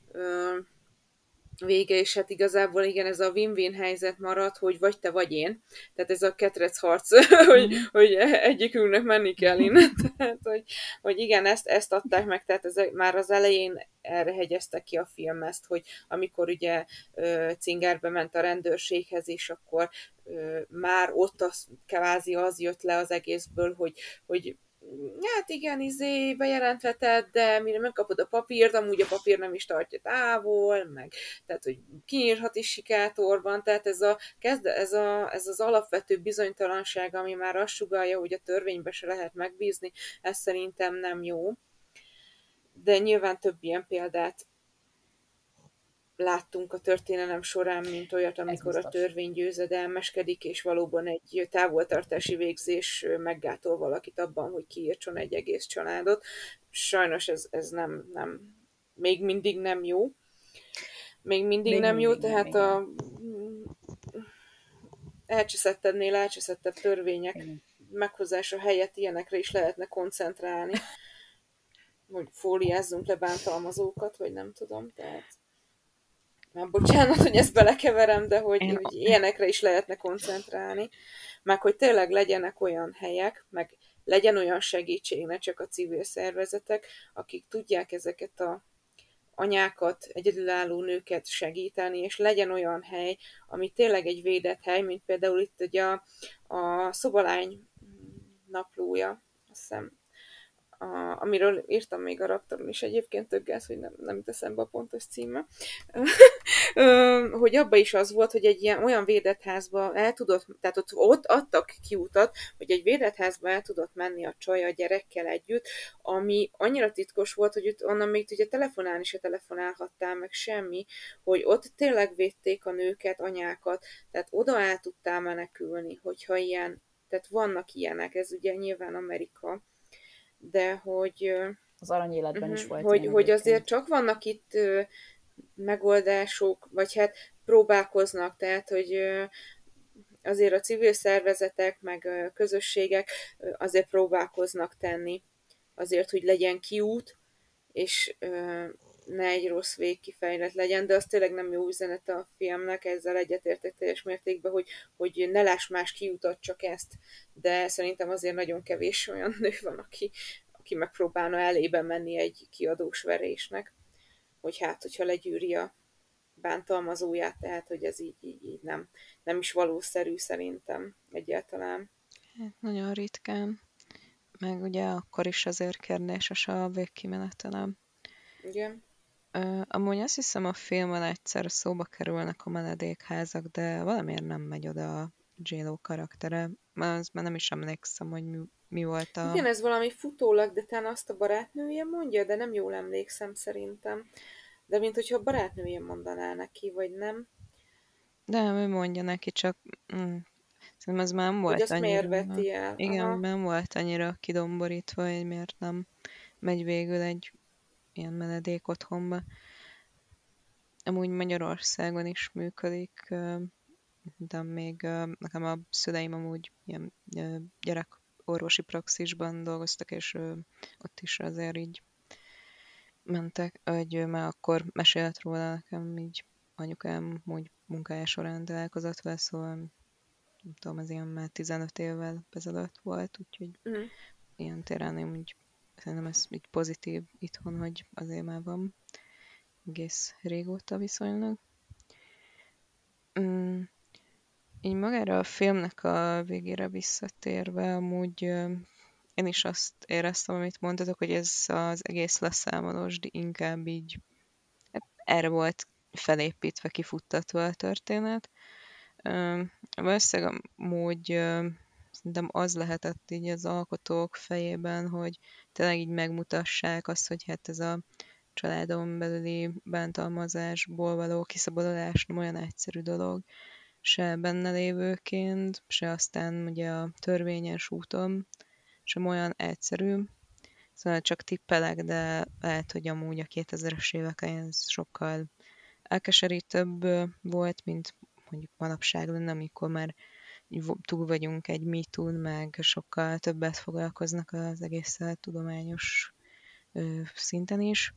[SPEAKER 2] vége, és hát igazából igen, ez a win-win helyzet marad, hogy vagy te, vagy én. Tehát ez a ketrec harc, hogy, mm. hogy egyikünknek menni kell innen. Tehát, hogy, hogy igen, ezt, ezt adták meg, tehát ez, már az elején erre hegyeztek ki a film ezt, hogy amikor ugye Cingerbe ment a rendőrséghez, és akkor már ott az, kvázi az jött le az egészből, hogy, hogy hát igen, izé, bejelentheted, de mire megkapod a papírt, amúgy a papír nem is tartja távol, meg, tehát, hogy kiírhat is sikátorban, tehát ez, a, kezd, ez, a, ez az alapvető bizonytalanság, ami már azt sugallja, hogy a törvénybe se lehet megbízni, ez szerintem nem jó. De nyilván több ilyen példát láttunk a történelem során, mint olyat, amikor a törvény győzedelmeskedik, és valóban egy távoltartási végzés meggátol valakit abban, hogy kiírtson egy egész családot. Sajnos ez, ez nem, nem, még mindig nem jó. Még mindig még nem mindig jó, tehát nem, a elcseszettebbnél elcseszettebb törvények igen. meghozása helyett ilyenekre is lehetne koncentrálni. Hogy fóliázzunk le bántalmazókat, vagy nem tudom, tehát már bocsánat, hogy ezt belekeverem, de hogy, hogy ilyenekre is lehetne koncentrálni, meg hogy tényleg legyenek olyan helyek, meg legyen olyan segítség, ne csak a civil szervezetek, akik tudják ezeket a anyákat, egyedülálló nőket segíteni, és legyen olyan hely, ami tényleg egy védett hely, mint például itt ugye a, a Szobalány naplója, azt hiszem, A, amiről írtam még a Raptoron is egyébként, többgáz, hogy nem, nem jut eszembe a pontos címe, hogy abban is az volt, hogy egy ilyen olyan védett házba el tudott, tehát ott, ott adtak kiutat, hogy egy védett házba el tudott menni a csaj a gyerekkel együtt, ami annyira titkos volt, hogy ott onnan még ugye telefonálni se telefonálhattál, meg semmi, hogy ott tényleg védték a nőket, anyákat, tehát oda el tudtál menekülni, hogyha ilyen, tehát vannak ilyenek, ez ugye nyilván Amerika, de hogy
[SPEAKER 3] az aranyéletben uh-huh, is volt
[SPEAKER 2] hogy,
[SPEAKER 3] ilyen
[SPEAKER 2] hogy azért csak vannak itt uh, megoldások, vagy hát próbálkoznak, tehát hogy uh, azért a civil szervezetek, meg uh, közösségek uh, azért próbálkoznak tenni, azért, hogy legyen kiút, és uh, ne egy rossz végkifejlet legyen, de az tényleg nem jó üzenete a filmnek, ezzel egyetértek teljes mértékben, hogy, hogy ne láss más kiutat, csak ezt, de szerintem azért nagyon kevés olyan nő van, aki, aki megpróbálna elébe menni egy kiadós verésnek, hogy hát, hogyha legyűri a bántalmazóját, tehát, hogy ez így, így, így nem, nem is valószerű szerintem egyáltalán.
[SPEAKER 1] Hát nagyon ritkán. Meg ugye akkor is azért kérdéses a végkimenetelem.
[SPEAKER 2] Igen.
[SPEAKER 1] Uh, amúgy azt hiszem a filmben egyszer szóba kerülnek a menedékházak, de valamiért nem megy oda a J-Lo karaktere. Az már nem is emlékszem, hogy mi, mi volt a...
[SPEAKER 2] Igen, ez valami futólag, de talán azt a barátnője mondja, de nem jól emlékszem szerintem. De mint hogyha a barátnője mondaná neki, vagy nem.
[SPEAKER 1] De ő mondja neki, csak... Mm, szerintem ez már nem volt
[SPEAKER 2] hogy azt
[SPEAKER 1] annyira...
[SPEAKER 2] miért veti el.
[SPEAKER 1] Igen, Aha. nem volt annyira kidomborítva, hogy miért nem megy végül egy ilyen menedék otthonba. Amúgy Magyarországon is működik, de még nekem a szüleim amúgy ilyen gyerekorvosi praxisban dolgoztak, és ott is azért így mentek, hogy már akkor mesélt róla nekem, így anyukám úgy munkája során találkozott vele, szóval nem tudom, ez ilyen már tizenöt évvel ezelőtt volt, úgyhogy uh-huh. ilyen téren én úgy szerintem ez így pozitív itthon, hogy azért már van egész régóta viszonylag. Mm. Így magára a filmnek a végére visszatérve, amúgy én is azt éreztem, amit mondtatok, hogy ez az egész leszámolós, de inkább így erre volt felépítve, kifuttatva a történet. Valószínűleg amúgy szerintem az lehetett így az alkotók fejében, hogy tényleg így megmutassák azt, hogy hát ez a családon belüli bántalmazásból való kiszabadulás nem olyan egyszerű dolog, se benne lévőként, se aztán ugye a törvényes úton sem olyan egyszerű. Szóval csak tippelek, de lehet, hogy amúgy a kétezres éveken ez sokkal elkeserítőbb volt, mint mondjuk manapság lenne, amikor már túl vagyunk egy MeToo-n, meg sokkal többet foglalkoznak az egésszel tudományos szinten is.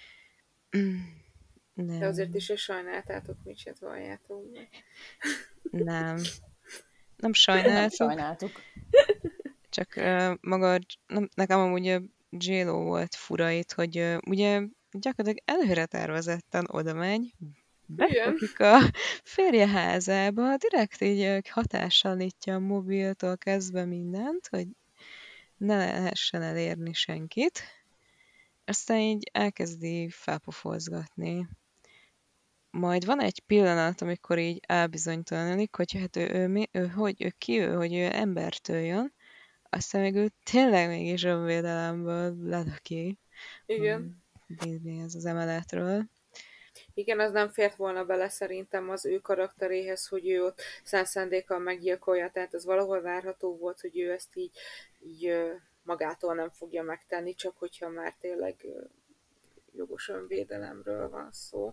[SPEAKER 2] Nem. De azért is, és sajnáltátok, mit se valljátok.
[SPEAKER 1] Nem. Nem sajnáltuk. Nem
[SPEAKER 3] sajnáltuk.
[SPEAKER 1] Csak uh, maga, nem, nekem amúgy a J-Lo volt fura itt, hogy uh, ugye gyakorlatilag előre tervezetten oda megy, bekopik a férje házába, direkt így hatással nyitja a mobiltól kezdve mindent, hogy ne lehessen elérni senkit. Aztán így elkezdi felpofozgatni. Majd van egy pillanat, amikor így elbizonytalanodik, hogy hát ő, ő, mi, ő, hogy, ő ki ő, hogy ő embertől jön, aztán meg ő tényleg mégis önvédelemből lelöki.
[SPEAKER 2] Igen.
[SPEAKER 1] Nézni ez az emeletről.
[SPEAKER 2] Igen, az nem fért volna bele szerintem az ő karakteréhez, hogy ő ott szánt szándékkal meggyilkolja, tehát az valahol várható volt, hogy ő ezt így, így magától nem fogja megtenni, csak hogyha már tényleg jogos önvédelemről van szó.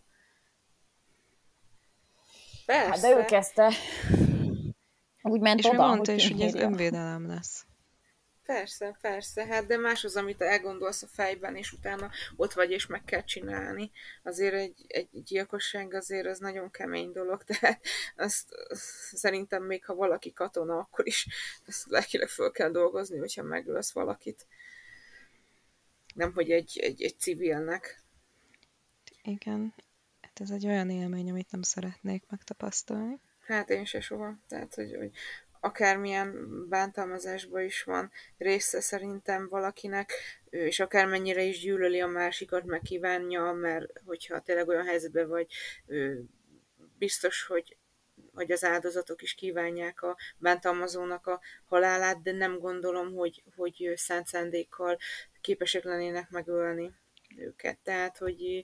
[SPEAKER 2] Persze.
[SPEAKER 3] Hát de ő kezdte. Úgy ment
[SPEAKER 1] És
[SPEAKER 3] oda,
[SPEAKER 1] ő mondta
[SPEAKER 3] hogy
[SPEAKER 1] is, hogy ez
[SPEAKER 3] kinyírja.
[SPEAKER 1] önvédelem lesz.
[SPEAKER 2] Persze, persze, hát de más az, amit elgondolsz a fejben, és utána ott vagy, és meg kell csinálni. Azért egy, egy gyilkosság azért az nagyon kemény dolog, tehát azt, azt szerintem még ha valaki katona, akkor is ezt lelkileg föl kell dolgozni, hogyha megölsz valakit. Nem, hogy egy, egy, egy civilnek.
[SPEAKER 1] Igen, hát ez egy olyan élmény, amit nem szeretnék megtapasztalni.
[SPEAKER 2] Hát én se soha. Tehát, hogy, hogy akármilyen bántalmazásban is van része szerintem valakinek, és akármennyire is gyűlöli a másikat, meg kívánja, mert hogyha tényleg olyan helyzetben vagy, biztos, hogy, hogy az áldozatok is kívánják a bántalmazónak a halálát, de nem gondolom, hogy, hogy szánt szándékkal képesek lennének megölni őket. Tehát, hogy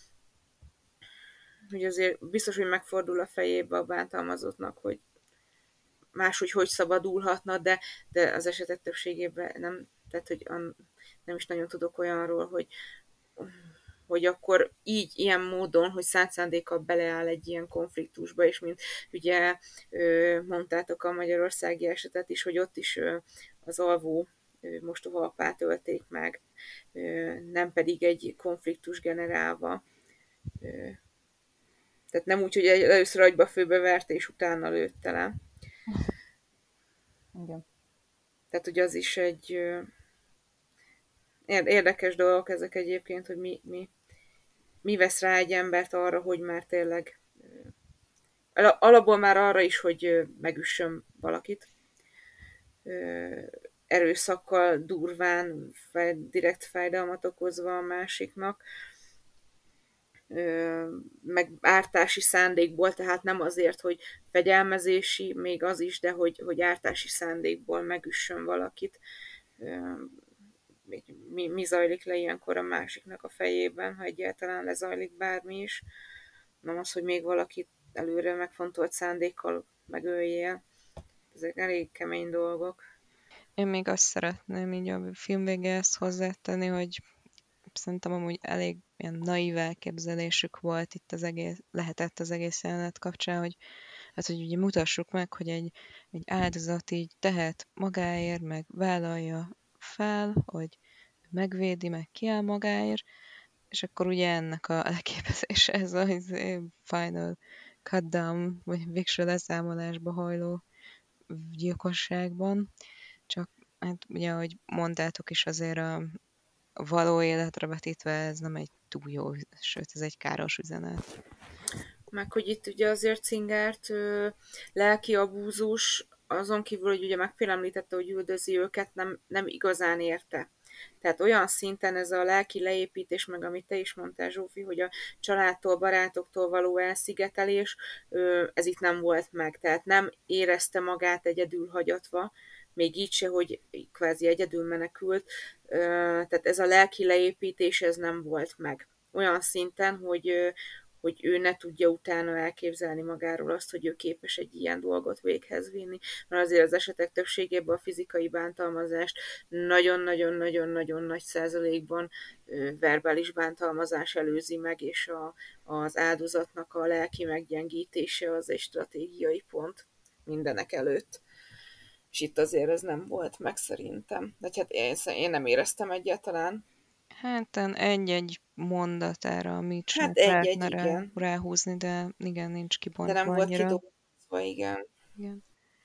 [SPEAKER 2] hogy azért biztos, hogy megfordul a fejébe a bántalmazottnak, hogy máshogy hogy szabadulhatna, de, de az esetek többségében nem, tehát, hogy an, nem is nagyon tudok olyanról, hogy, hogy akkor így, ilyen módon, hogy szánt szándékkal beleáll egy ilyen konfliktusba, és mint ugye mondtátok a magyarországi esetet is, hogy ott is az alvó mostoha apát ölték meg, nem pedig egy konfliktus generálva. Tehát nem úgy, hogy először agyba főbe verte, és utána lőtte le.
[SPEAKER 3] Igen.
[SPEAKER 2] Tehát, hogy az is egy érdekes dolgok ezek egyébként, hogy mi, mi, mi vesz rá egy embert arra, hogy már tényleg alapból már arra is, hogy megüssön valakit. Erőszakkal, durván, direkt fájdalmat okozva a másiknak, meg ártási szándékból, tehát nem azért, hogy fegyelmezési, még az is, de hogy, hogy ártási szándékból megüssön valakit. Mi, mi zajlik le ilyenkor a másiknak a fejében, ha egyáltalán lezajlik bármi is. Nem az, hogy még valakit előre megfontolt szándékkal megöljél. Ezek elég kemény dolgok.
[SPEAKER 1] Én még azt szeretném így a film végéhez hozzátenni, hogy szerintem amúgy elég ilyen naív elképzelésük volt itt az egész, lehetett az egész jelenet kapcsán, hogy hát, hogy ugye mutassuk meg, hogy egy, egy áldozat így tehet magáért, meg vállalja fel, hogy megvédi, meg kiáll magáért, és akkor ugye ennek a leképezése ez a final cut down, vagy végső leszámolásba hajló gyilkosságban. Csak hát ugye, ahogy mondtátok is, azért a való életre vetítve ez nem egy túl jó, sőt, ez egy káros üzenet.
[SPEAKER 2] Meg, hogy itt ugye azért Cingert lelki abúzus, azon kívül, hogy ugye megfélemlítette, hogy üldözi őket, nem, nem igazán érte. Tehát olyan szinten ez a lelki leépítés, meg amit te is mondtál, Zsófi, hogy a családtól, barátoktól való elszigetelés, ez itt nem volt meg. Tehát nem érezte magát egyedül hagyatva, még így se, hogy kvázi egyedül menekült. Tehát ez a lelki leépítés, ez nem volt meg. Olyan szinten, hogy, hogy ő ne tudja utána elképzelni magáról azt, hogy ő képes egy ilyen dolgot véghez vinni. Mert azért az esetek többségében a fizikai bántalmazást nagyon-nagyon-nagyon-nagyon nagy százalékban verbális bántalmazás előzi meg, és a, az áldozatnak a lelki meggyengítése az egy stratégiai pont mindenek előtt. És itt azért ez nem volt meg szerintem. De hát én, én nem éreztem egyáltalán.
[SPEAKER 1] Hát egy-egy mondatára a Mitchnek
[SPEAKER 2] hát egy-egy,
[SPEAKER 1] lehetne rá,
[SPEAKER 2] igen.
[SPEAKER 1] ráhúzni, de igen, nincs kibontva
[SPEAKER 2] De nem volt
[SPEAKER 1] annyira.
[SPEAKER 2] kidolgozva, igen.
[SPEAKER 1] Igen.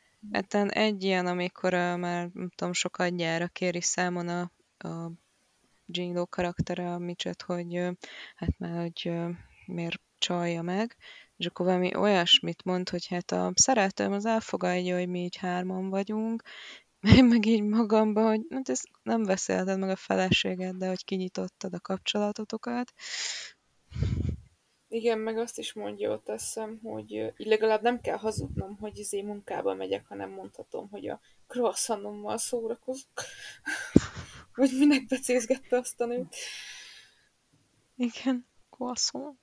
[SPEAKER 1] Hát egy ilyen, amikor uh, már nem tudom, sokadjára kéri számon a, a Jingo karaktere a Mitchet, hogy uh, hát már, hogy uh, miért csalja meg, és akkor valami olyasmit mond, hogy hát a szeretőm az elfogadja, hogy mi így hárman vagyunk, Én meg így magamban, hogy hát ezt nem beszélted meg a feleséged, de hogy kinyitottad a kapcsolatotokat.
[SPEAKER 2] Igen, meg azt is mondja ott, azt hiszem, hogy ö, így legalább nem kell hazudnom, hogy izé munkába megyek, hanem mondhatom, hogy a croissantommal szórakozok. Vagy minek becézgette azt a nőt.
[SPEAKER 1] Igen, croissant.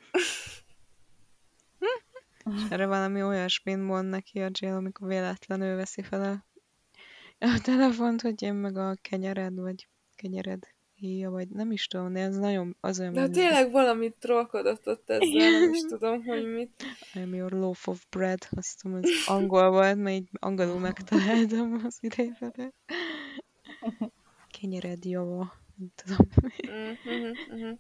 [SPEAKER 1] És erre valami olyasmit mond neki a Jill, amikor véletlenül veszi fel a, a telefont, hogy én meg a kenyered, vagy kenyered híja, vagy nem is tudom, de ez nagyon az olyan,
[SPEAKER 2] De hát
[SPEAKER 1] mint
[SPEAKER 2] tényleg valamit trollkodott ott ezzel, nem is tudom, hogy mit.
[SPEAKER 1] I'm your loaf of bread, azt tudom, ez angol volt, mert így angolul megtaláltam az idézetet. Kenyered jó, nem tudom.
[SPEAKER 2] Mhm, mhm.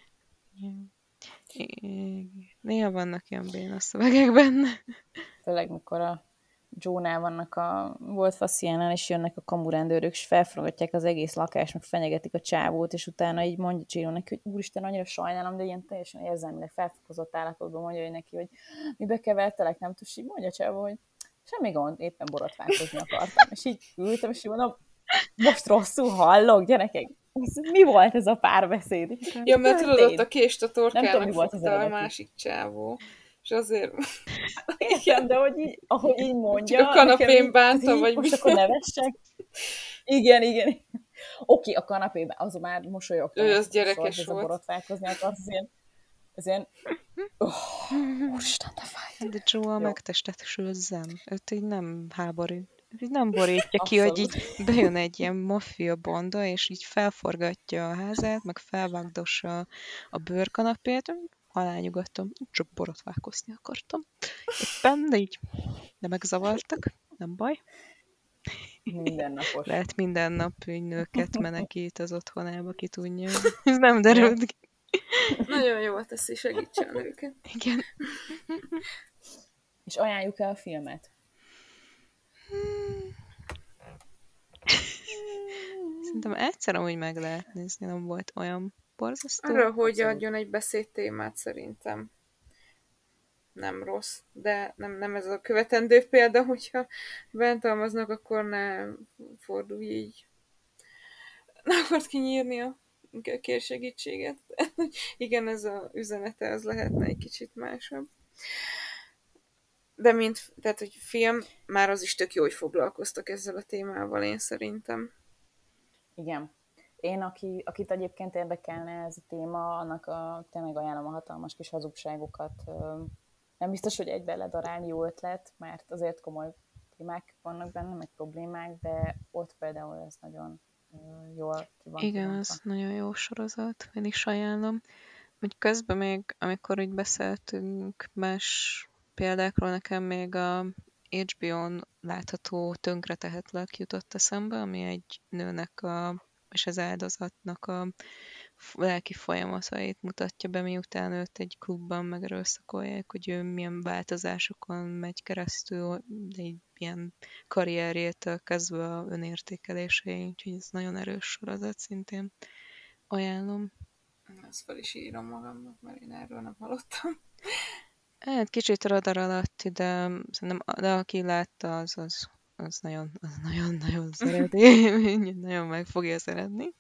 [SPEAKER 1] Néha vannak ilyen béna szövegek benne.
[SPEAKER 3] Főleg, mikor a Joe-nál vannak a Volt Fasziánál, és jönnek a kamurendőrök, és felforgatják az egész lakást, meg fenyegetik a csávót, és utána így mondja Jill neki, hogy úristen, annyira sajnálom, de ilyen teljesen érzelmileg felfokozott állapotban mondja hogy neki, hogy mibe kevertelek, nem tudsz, így mondja a csávó, hogy semmi gond, éppen borotválkozni akartam. És így ültem, és így mondom, most rosszul hallok, gyerekek. Mi volt ez a párbeszéd?
[SPEAKER 2] Ja, mert tudod,
[SPEAKER 3] Történt?
[SPEAKER 2] ott a kést a
[SPEAKER 3] Nem tudom,
[SPEAKER 2] torkának
[SPEAKER 3] mi volt az
[SPEAKER 2] fogta a
[SPEAKER 3] eredeti.
[SPEAKER 2] másik csávó. És azért...
[SPEAKER 3] Értem, de hogy így, ahogy így mondja,
[SPEAKER 2] Csak a kanapén
[SPEAKER 3] nekem így,
[SPEAKER 2] bánta,
[SPEAKER 3] így,
[SPEAKER 2] vagy
[SPEAKER 3] most
[SPEAKER 2] mi?
[SPEAKER 3] akkor nevessek. Igen, igen. Oké, a kanapében, azon már mosolyogtam.
[SPEAKER 2] Ő
[SPEAKER 3] ezt
[SPEAKER 2] az
[SPEAKER 3] a
[SPEAKER 2] gyerekes
[SPEAKER 3] sort, ez a
[SPEAKER 2] volt.
[SPEAKER 3] borotválkozni akart, ez ilyen, ez ilyen, oh, úristen, de fáj.
[SPEAKER 1] De Joe a
[SPEAKER 3] Jó.
[SPEAKER 1] megtestesül zen. Őt így nem háborít. Így nem borítja ki,
[SPEAKER 3] Abszolút.
[SPEAKER 1] hogy így bejön egy ilyen maffia banda, és így felforgatja a házát, meg felvágdossa a bőrkanapét. Halálnyugodtam, csak borotválkozni akartam. Éppen, de így nem megzavartak, nem baj.
[SPEAKER 3] Mindennapos.
[SPEAKER 1] Lehet minden nap így nőket menekít az otthonába, ki tudja. Ez nem
[SPEAKER 3] Ja.
[SPEAKER 1] derült ki.
[SPEAKER 2] Nagyon jól teszi, segítsen a nőket.
[SPEAKER 1] Igen.
[SPEAKER 3] És ajánljuk el a filmet.
[SPEAKER 1] Szerintem egyszer amúgy meg lehet nézni, nem volt olyan borzasztó.
[SPEAKER 2] Arra, hogy
[SPEAKER 3] Abszolút.
[SPEAKER 2] adjon egy beszédtémát szerintem nem rossz, de nem, nem ez a követendő példa, hogyha bántalmaznak, akkor ne fordulj így. Nem akart kinyírni a kér segítséget. Igen, ez az üzenete, az lehetne egy kicsit másabb. De mint, tehát, hogy film, már az is tök jó, hogy foglalkoztak ezzel a témával, én szerintem.
[SPEAKER 3] Igen. Én, aki, akit egyébként érdekelne ez a téma, annak a, tényleg ajánlom a hatalmas kis hazugságokat. Nem biztos, hogy egyben ledarálni jó ötlet, mert azért komoly témák vannak benne, meg problémák, de ott például ez nagyon jól ki van
[SPEAKER 1] Igen,
[SPEAKER 3] kibontva.
[SPEAKER 1] az nagyon jó sorozat, én is ajánlom. Hogy közben még, amikor úgy beszéltünk más példákról, nekem még a há bé ó-n látható Tönkretehetlek jutott eszembe, ami egy nőnek a, és az áldozatnak a lelki folyamatait mutatja be, miután őt egy klubban megerőszakolják, hogy ő milyen változásokon megy keresztül, de egy ilyen karrierjétől kezdve a önértékelései, úgyhogy ez nagyon erős sorozat, szintén ajánlom.
[SPEAKER 2] Ezt fel is írom magamnak, mert én erről nem hallottam.
[SPEAKER 1] Hát kicsit radar alatt, de szerintem, de aki látta, az, az, az nagyon, az nagyon-nagyon szereti, nagyon meg fogja szeretni.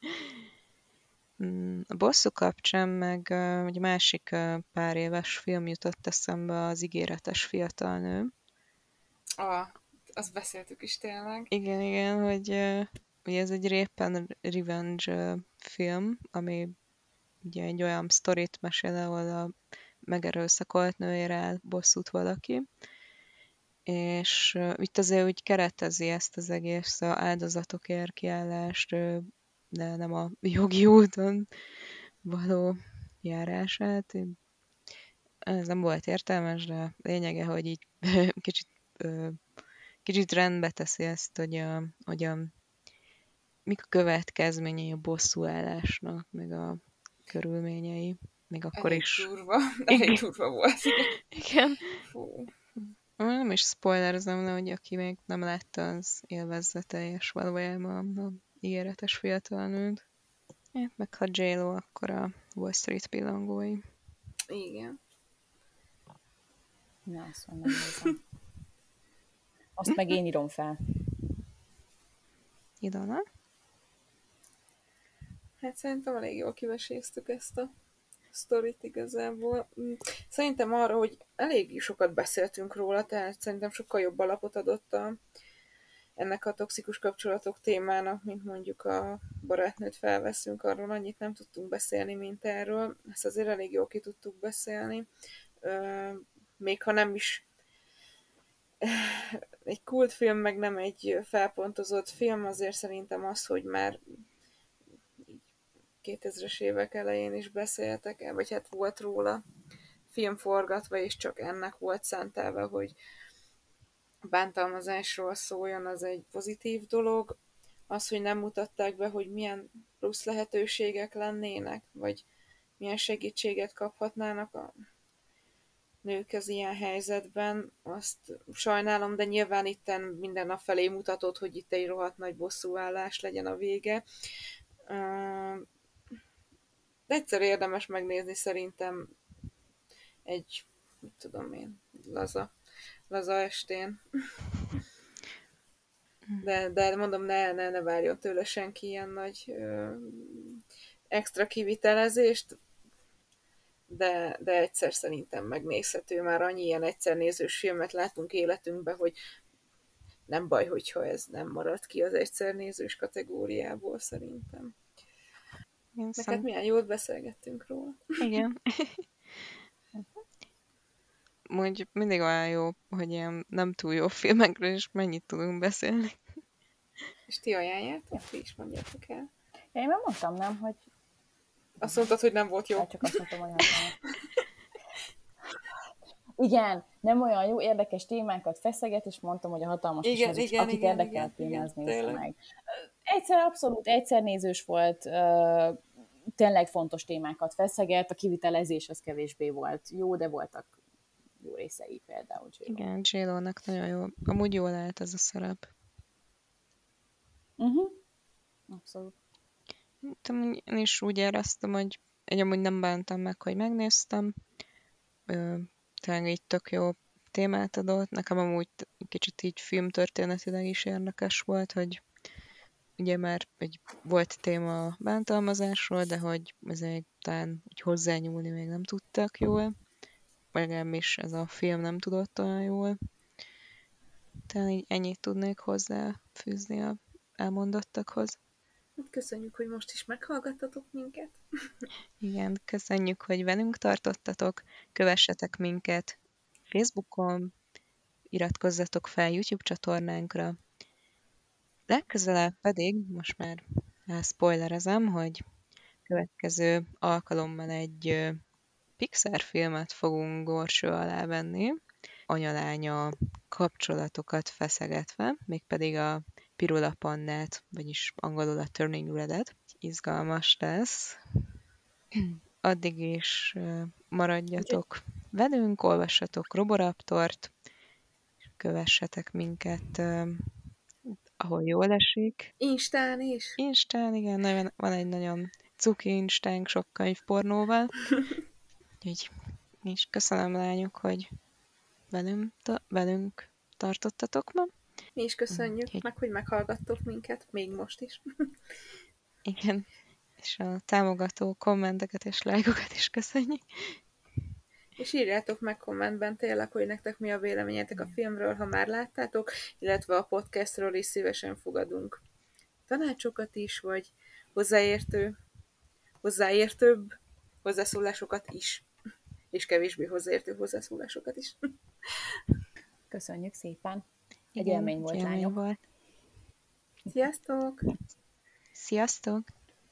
[SPEAKER 1] A bosszú kapcsán meg uh, egy másik uh, pár éves film jutott eszembe, az Ígéretes fiatal nő.
[SPEAKER 2] Ah, azt beszéltük is tényleg.
[SPEAKER 1] Igen, igen, hogy uh, ugye ez egy rape and revenge uh, film, ami ugye egy olyan sztorit mesél, ahol a megerőszakolt nőjére áll bosszút valaki, és uh, itt azért úgy keretezi ezt az egész áldozatokért kiállást, uh, de nem a jogi úton való járását. Ez nem volt értelmes, de lényege, hogy így kicsit, kicsit rendbe teszi ezt, hogy a, hogy a mik a következményei a bosszúállásnak, meg a körülményei, még akkor
[SPEAKER 2] Elég
[SPEAKER 1] is.
[SPEAKER 2] durva, elég durva volt.
[SPEAKER 1] Igen.
[SPEAKER 2] Fú.
[SPEAKER 1] Nem is spoilerezem le, hogy aki még nem látta, az élvezze teljes valójában a ígéretes fiatalnőt. Hát, meg ha J Lo, akkor a Wall Street pillangói.
[SPEAKER 2] Igen.
[SPEAKER 3] Na, azt mondom, nézem. Azt meg én írom fel.
[SPEAKER 1] Idona?
[SPEAKER 2] Hát szerintem elég jól kiveséztük ezt a sztorit igazából. Szerintem arra, hogy elég sokat beszéltünk róla, tehát szerintem sokkal jobb alapot adott a, ennek a toxikus kapcsolatok témának, mint mondjuk a barátnőt felveszünk, arról annyit nem tudtunk beszélni, mint erről. Ezt azért elég jól ki tudtuk beszélni. Még ha nem is egy kultfilm, meg nem egy felpontozott film, azért szerintem az, hogy már kétezres évek elején is beszéltek el, vagy hát volt róla film forgatva, és csak ennek volt szentelve, hogy bántalmazásról szóljon, az egy pozitív dolog. Az, hogy nem mutatták be, hogy milyen plusz lehetőségek lennének, vagy milyen segítséget kaphatnának a nők az ilyen helyzetben, azt sajnálom, de nyilván itten minden nap felé mutatott, hogy itt egy rohadt nagy bosszúállás legyen a vége. De egyszer érdemes megnézni szerintem egy, mit tudom én, laza, laza estén. De, de mondom, ne, ne, ne várjon tőle senki ilyen nagy ö, extra kivitelezést, de, de egyszer szerintem megnézhető. Már annyi ilyen egyszer nézős filmet látunk életünkben, hogy nem baj, hogyha ez nem marad ki az egyszer nézős kategóriából szerintem.
[SPEAKER 1] Igen,
[SPEAKER 2] Meg hát milyen jót beszélgettünk róla.
[SPEAKER 1] Igen. Mondjuk mindig olyan jó, hogy ilyen nem túl jó filmekről is mennyit tudunk beszélni.
[SPEAKER 2] És ti ajánljátok? Ti is mondjátok el.
[SPEAKER 3] Én már mondtam, nem, hogy...
[SPEAKER 2] Azt mondtad, hogy nem volt jó.
[SPEAKER 3] Hát csak azt mondtam, hogy nem. Igen, nem olyan jó, érdekes témákat feszeget, és mondtam, hogy a hatalmas
[SPEAKER 2] igen,
[SPEAKER 3] kis
[SPEAKER 2] igen,
[SPEAKER 3] akit
[SPEAKER 2] igen,
[SPEAKER 3] érdekel
[SPEAKER 2] igen,
[SPEAKER 3] a téma,
[SPEAKER 2] igen,
[SPEAKER 3] az nézze
[SPEAKER 2] tényleg.
[SPEAKER 3] meg. Egyszer abszolút egyszernézős volt, uh, tényleg fontos témákat feszeget, a kivitelezés az kevésbé volt jó, de voltak jó részei például. J-Lo.
[SPEAKER 1] Igen, J-Lo-nak nagyon jó. Amúgy jól állt ez a szerep.
[SPEAKER 3] Uh-huh. Abszolút.
[SPEAKER 1] Én is úgy éreztem, hogy egy amúgy nem bántam meg, hogy megnéztem. Ö, tényleg így tök jó témát adott. Nekem amúgy kicsit így filmtörténetileg is érdekes volt, hogy ugye már egy volt téma a bántalmazásról, de hogy ezért talán úgy hozzányúlni még nem tudtak jól. Legalábbis ez a film nem tudott olyan jól. Talán így ennyit tudnék hozzáfűzni a elmondottakhoz.
[SPEAKER 2] Köszönjük, hogy most is meghallgattatok minket.
[SPEAKER 1] Igen, köszönjük, hogy velünk tartottatok. Kövessetek minket Facebookon, iratkozzatok fel YouTube csatornánkra. Legközelebb pedig, most már spoilerezem, hogy következő alkalommal egy Pixar filmet fogunk gorcső alá venni, anyalánya kapcsolatokat feszegetve, mégpedig a Pirula Pannát, vagyis angolul a Turning Red-et. Izgalmas lesz. Addig is maradjatok velünk, olvassatok Roboraptort, kövessetek minket, ahol jól esik.
[SPEAKER 2] Instán is.
[SPEAKER 1] Instán, igen, nagyon, van egy nagyon cuki instánk sok könyvpornóval. Úgyhogy és köszönöm, lányok, hogy velünk, ta, velünk tartottatok ma.
[SPEAKER 2] Mi is köszönjük,
[SPEAKER 1] Úgyhogy...
[SPEAKER 2] meg hogy meghallgattok minket, még most is.
[SPEAKER 1] Igen, és a támogató kommenteket és lájkokat is köszönjük.
[SPEAKER 2] És írjátok meg kommentben tényleg, hogy nektek mi a véleményetek a filmről, ha már láttátok, illetve a podcastról is szívesen fogadunk tanácsokat is, vagy hozzáértő, hozzáértőbb hozzászólásokat is, és kevésbé hozzáértő hozzászólásokat is.
[SPEAKER 3] Köszönjük szépen. Egy
[SPEAKER 1] Igen,
[SPEAKER 3] élmény volt,
[SPEAKER 1] élmény
[SPEAKER 3] lányok.
[SPEAKER 1] Volt.
[SPEAKER 2] Sziasztok!
[SPEAKER 1] Sziasztok!